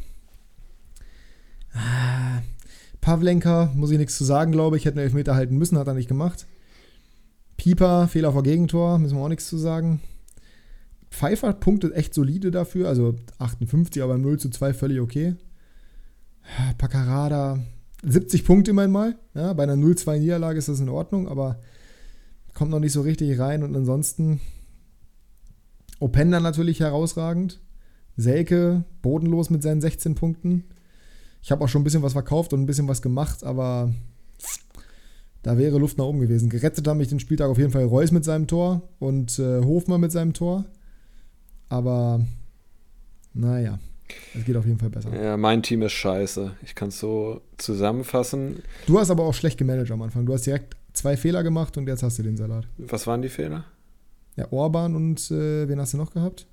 Pavlenka, muss ich nichts zu sagen, glaube ich, hätte einen Elfmeter halten müssen, hat er nicht gemacht. Pieper, Fehler vor Gegentor, müssen wir auch nichts zu sagen. Pfeiffer punktet echt solide dafür, also 58, aber 0:2 völlig okay. Paccarada, 70 Punkte immerhin mal. Ja, bei einer 0:2 Niederlage ist das in Ordnung, aber kommt noch nicht so richtig rein. Und ansonsten Openda natürlich herausragend. Selke bodenlos mit seinen 16 Punkten. Ich habe auch schon ein bisschen was verkauft und ein bisschen was gemacht, aber da wäre Luft nach oben gewesen. Gerettet haben mich den Spieltag auf jeden Fall Reus mit seinem Tor und Hofmann mit seinem Tor. Aber naja, es geht auf jeden Fall besser.
Ja, mein Team ist scheiße. Ich kann es so zusammenfassen.
Du hast aber auch schlecht gemanagt am Anfang. Du hast direkt 2 Fehler gemacht und jetzt hast du den Salat.
Was waren die Fehler?
Ja, Orban und wen hast du noch gehabt?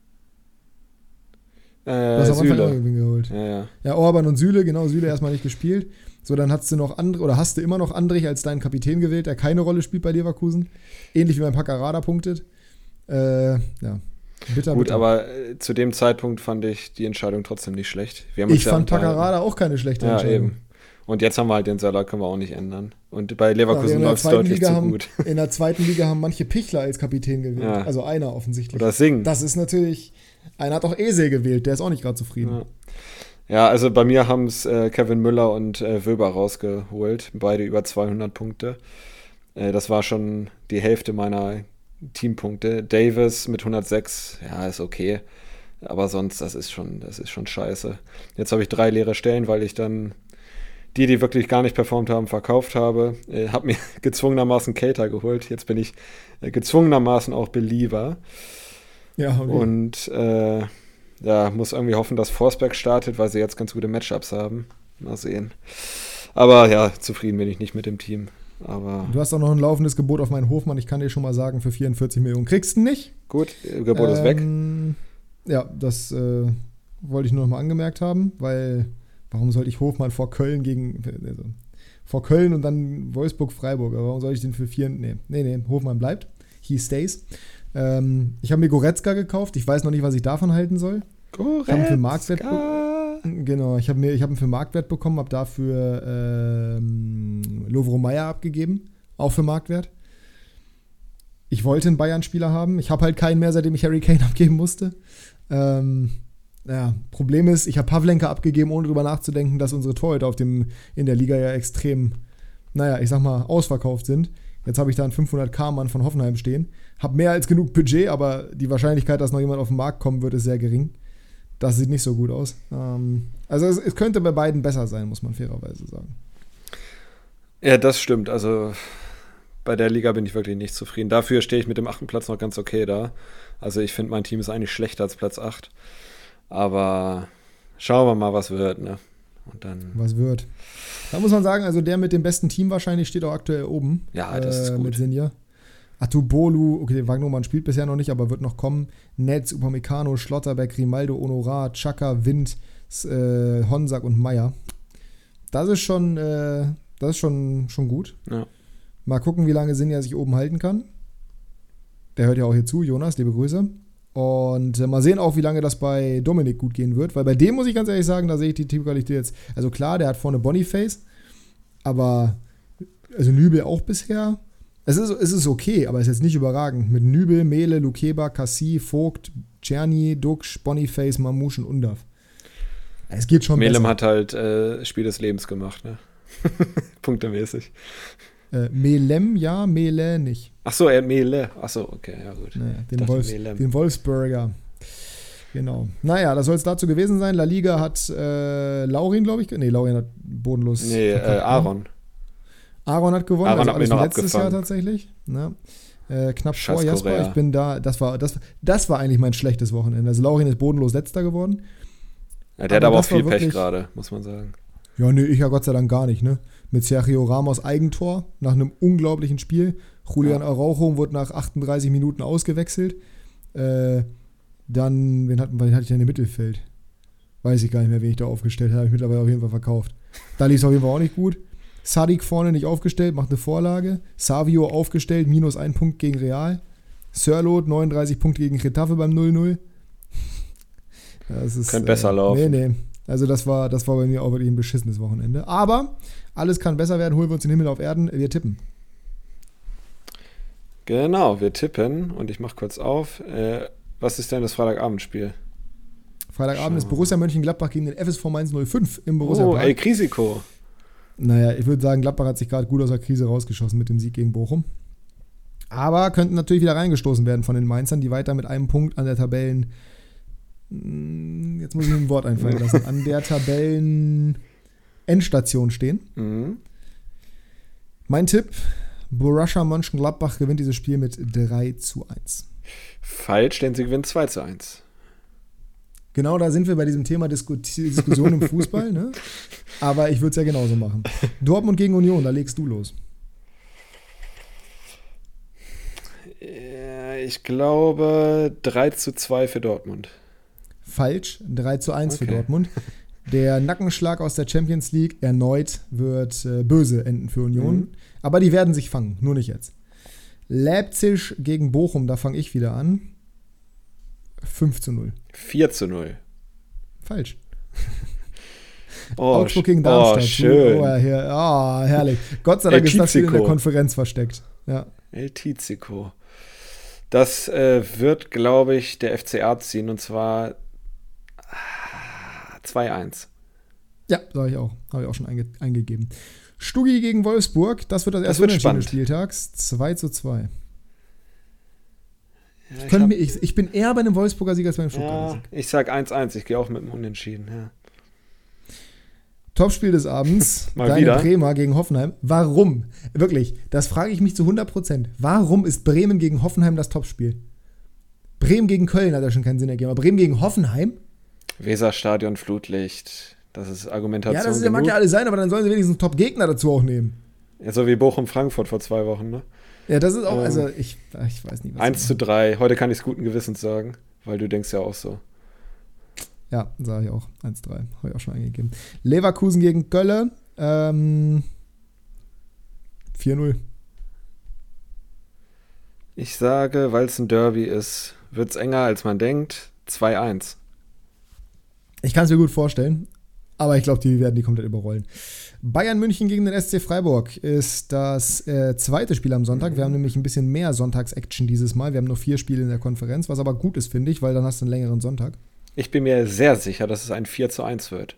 Du hast am Anfang irgendwie
geholt. Ja, Orban und Süle, genau, Süle erstmal nicht gespielt. So, dann hast du noch hast du immer noch Andrich als deinen Kapitän gewählt, der keine Rolle spielt bei Leverkusen. Ähnlich wie beim Paccarada punktet. Ja. Bitter.
Aber zu dem Zeitpunkt fand ich die Entscheidung trotzdem nicht schlecht.
Ich fand Paccarada auch keine schlechte Entscheidung. Ja, eben.
Und jetzt haben wir halt den Salat, können wir auch nicht ändern. Und bei Leverkusen läuft es deutlich zu gut.
In der zweiten Liga haben manche Pichler als Kapitän gewählt. Ja. Also einer offensichtlich.
Oder Singh.
Das ist natürlich, einer hat auch Eze gewählt, der ist auch nicht gerade zufrieden.
Ja, also bei mir haben es Kevin Müller und Wöber rausgeholt. Beide über 200 Punkte. Das war schon die Hälfte meiner Teampunkte. Davis mit 106, ja, ist okay. Aber sonst, das ist schon scheiße. Jetzt habe ich 3 leere Stellen, weil ich dann die wirklich gar nicht performt haben, verkauft habe. Habe mir gezwungenermaßen Keita geholt. Jetzt bin ich gezwungenermaßen auch Believer.
Ja, okay.
Und muss irgendwie hoffen, dass Forsberg startet, weil sie jetzt ganz gute Matchups haben. Mal sehen. Aber ja, zufrieden bin ich nicht mit dem Team. Aber
du hast auch noch ein laufendes Gebot auf meinen Hofmann. Ich kann dir schon mal sagen, für 44 Millionen kriegst du nicht.
Gut, Gebot ist weg.
Ja, das wollte ich nur noch mal angemerkt haben, weil warum sollte ich Hofmann vor Köln und dann Wolfsburg-Freiburg, aber warum soll ich den für 4? Nee, Hofmann bleibt. He stays. Ich habe mir Goretzka gekauft. Ich weiß noch nicht, was ich davon halten soll.
Goretzka.
Ich habe für Marktwert ich habe ihn für Marktwert bekommen, habe dafür Lovro Meyer abgegeben, auch für Marktwert. Ich wollte einen Bayern-Spieler haben. Ich habe halt keinen mehr, seitdem ich Harry Kane abgeben musste. Problem ist, ich habe Pavlenka abgegeben, ohne drüber nachzudenken, dass unsere Torhüter in der Liga ja extrem, ich sag mal, ausverkauft sind. Jetzt habe ich da einen 500k-Mann von Hoffenheim stehen. Habe mehr als genug Budget, aber die Wahrscheinlichkeit, dass noch jemand auf den Markt kommen wird, ist sehr gering. Das sieht nicht so gut aus. Also es könnte bei beiden besser sein, muss man fairerweise sagen.
Ja, das stimmt. Also bei der Liga bin ich wirklich nicht zufrieden. Dafür stehe ich mit dem 8. Platz noch ganz okay da. Also ich finde, mein Team ist eigentlich schlechter als Platz 8. Aber schauen wir mal, was wird, ne? Und dann
was wird. Da muss man sagen, also der mit dem besten Team wahrscheinlich steht auch aktuell oben.
Ja, das ist gut.
Mit Sinja. Atubolu, okay, Wagnermann spielt bisher noch nicht, aber wird noch kommen. Netz, Upamecano, Schlotterbeck, Grimaldo, Honorar, Chaka, Wind, Honsack und Meier. Das ist schon gut.
Ja.
Mal gucken, wie lange Sinja sich oben halten kann. Der hört ja auch hier zu, Jonas, liebe Grüße. Und mal sehen auch, wie lange das bei Dominik gut gehen wird, weil bei dem muss ich ganz ehrlich sagen, da sehe ich die Teamqualität jetzt. Also klar, der hat vorne Boniface, aber also Nübel auch bisher. Es ist okay, aber es ist jetzt nicht überragend. Mit Nübel, Mehle, Lukeba, Cassie, Vogt, Czerny, Duksch, Boniface, Mamouche und Undav. Es geht schon
Melem hat halt Spiel des Lebens gemacht, ne? Punktemäßig.
Melem ja, Mele nicht.
Achso, Mele. Achso, okay, ja gut.
Naja, den Wolfsburger. Genau. Naja, das soll es dazu gewesen sein. La Liga hat Laurin, glaube ich. Nee, Laurin hat bodenlos.
Nee, Aaron.
Aaron hat gewonnen.
Aaron hat mich noch
letztes
abgefangen.
Jahr tatsächlich. Ja. Knapp
Scheiß
vor Jasper.
Korea.
Ich bin da. Das war eigentlich mein schlechtes Wochenende. Also Laurin ist bodenlos Letzter geworden.
Ja, der hat aber auch viel Pech gerade, muss man sagen.
Ja, nee, ich ja Gott sei Dank gar nicht, ne? Mit Sergio Ramos Eigentor nach einem unglaublichen Spiel. Julian Araujo wurde nach 38 Minuten ausgewechselt. Dann, wen hatte ich denn im Mittelfeld? Weiß ich gar nicht mehr, wen ich da aufgestellt habe. Habe ich mittlerweile auf jeden Fall verkauft. Da lief es auf jeden Fall auch nicht gut. Sadik vorne nicht aufgestellt, macht eine Vorlage. Savio aufgestellt, -1 Punkt gegen Real. Sörloth 39 Punkte gegen Getafe beim 0-0.
Könnte besser laufen.
Nee. Also das war bei mir auch wirklich ein beschissenes Wochenende. Aber alles kann besser werden. Holen wir uns den Himmel auf Erden. Wir tippen.
Genau, wir tippen. Und ich mache kurz auf. Was ist denn das Freitagabendspiel?
Freitagabend ist Borussia Mönchengladbach gegen den FSV Mainz 05 im Borussia-Park.
El Risiko.
Naja, ich würde sagen, Gladbach hat sich gerade gut aus der Krise rausgeschossen mit dem Sieg gegen Bochum. Aber könnten natürlich wieder reingestoßen werden von den Mainzern, die weiter mit einem Punkt an der jetzt muss ich ein Wort einfallen lassen, an der Tabellen-Endstation stehen. Mhm. Mein Tipp, Borussia Mönchengladbach gewinnt dieses Spiel mit 3-1.
Falsch, denn sie gewinnen 2-1.
Genau, da sind wir bei diesem Thema Diskussion im Fußball, ne? Aber ich würde es ja genauso machen. Dortmund gegen Union, da legst du los.
Ich glaube 3-2 für Dortmund.
Falsch, 3-1 für Dortmund. Der Nackenschlag aus der Champions League erneut wird böse enden für Union. Mhm. Aber die werden sich fangen, nur nicht jetzt. Leipzig gegen Bochum, da fange ich wieder an. 5-0.
4-0.
Falsch. Augsburg gegen Darmstadt.
Schön.
Herrlich. Gott sei Dank ist das Spiel in der Konferenz versteckt. Ja.
El Tizico. Das wird, glaube ich, der FCA ziehen, und zwar 2-1.
Ja, sage ich auch. Habe ich auch schon eingegeben. Stuggi gegen Wolfsburg, das wird das erste Unentschieden des Spieltags. 2-2. Ja, ich bin eher bei einem Wolfsburger Sieg als bei einem Stuttgarter Sieg.
Ich sag 1-1, ich gehe auch mit dem Unentschieden. Ja.
Topspiel des Abends, deine Bremer gegen Hoffenheim. Warum? Wirklich, das frage ich mich zu 100%. Warum ist Bremen gegen Hoffenheim das Topspiel? Bremen gegen Köln hat ja schon keinen Sinn ergeben, aber Bremen gegen Hoffenheim?
Weserstadion, Flutlicht, das ist Argumentation.
Ja, das mag ja alles sein, aber dann sollen sie wenigstens einen Top-Gegner dazu auch nehmen.
Ja, so wie Bochum-Frankfurt vor 2 Wochen, ne?
Ja, das ist auch, also ich weiß nicht, was
1-3, heute kann ich es guten Gewissens sagen, weil du denkst ja auch so.
Ja, sage ich auch, 1-3, habe ich auch schon eingegeben. Leverkusen gegen Köln, 4-0.
Ich sage, weil es ein Derby ist, wird es enger als man denkt, 2-1.
Ich kann es mir gut vorstellen, aber ich glaube, die werden die komplett überrollen. Bayern München gegen den SC Freiburg ist das zweite Spiel am Sonntag. Wir haben nämlich ein bisschen mehr Sonntags-Action dieses Mal. Wir haben nur 4 Spiele in der Konferenz, was aber gut ist, finde ich, weil dann hast du einen längeren Sonntag.
Ich bin mir sehr sicher, dass es ein 4-1 wird.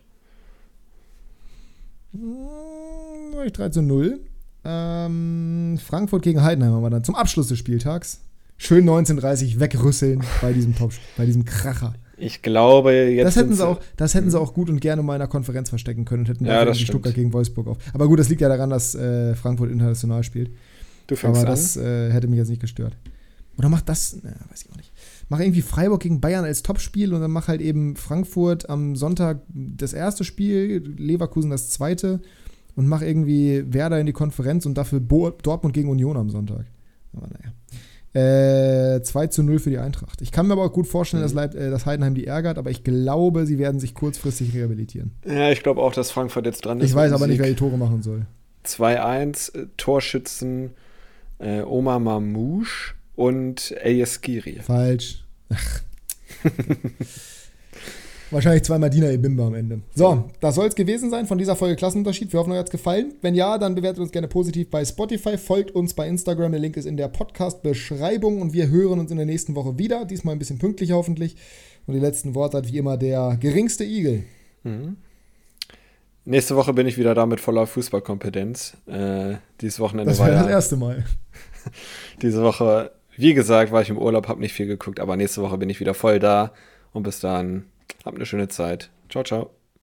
3-0. Frankfurt gegen Heidenheim haben wir dann zum Abschluss des Spieltags. Schön 19:30 wegrüsseln bei diesem Kracher.
Ich glaube, jetzt.
Das hätten sie auch gut und gerne mal in der Konferenz verstecken können und hätten die Stuttgart gegen Wolfsburg auf. Aber gut, das liegt ja daran, dass Frankfurt international spielt.
Du fängst
an. Aber das hätte mich jetzt nicht gestört. Oder mach das, weiß ich auch nicht. Mach irgendwie Freiburg gegen Bayern als Topspiel und dann mach halt eben Frankfurt am Sonntag das erste Spiel, Leverkusen das zweite und mach irgendwie Werder in die Konferenz und dafür Dortmund gegen Union am Sonntag. Aber naja. 2-0 für die Eintracht. Ich kann mir aber auch gut vorstellen, dass Heidenheim die ärgert, aber ich glaube, sie werden sich kurzfristig rehabilitieren.
Ja, ich glaube auch, dass Frankfurt jetzt dran ist.
Ich weiß aber nicht, wer die Tore machen soll.
2-1, Torschützen Omar Mamouche und Elias Giri.
Falsch. Ach. Wahrscheinlich 2 Dina Ebimba am Ende. So, das soll es gewesen sein von dieser Folge Klassenunterschied. Wir hoffen, euch hat es gefallen. Wenn ja, dann bewertet uns gerne positiv bei Spotify. Folgt uns bei Instagram. Der Link ist in der Podcast-Beschreibung. Und wir hören uns in der nächsten Woche wieder. Diesmal ein bisschen pünktlicher hoffentlich. Und die letzten Worte hat wie immer der geringste Igel.
Mhm. Nächste Woche bin ich wieder da mit voller Fußballkompetenz. Dieses Wochenende
das war das erste Mal.
Diese Woche, wie gesagt, war ich im Urlaub, habe nicht viel geguckt. Aber nächste Woche bin ich wieder voll da. Und bis dann. Habt eine schöne Zeit. Ciao, ciao.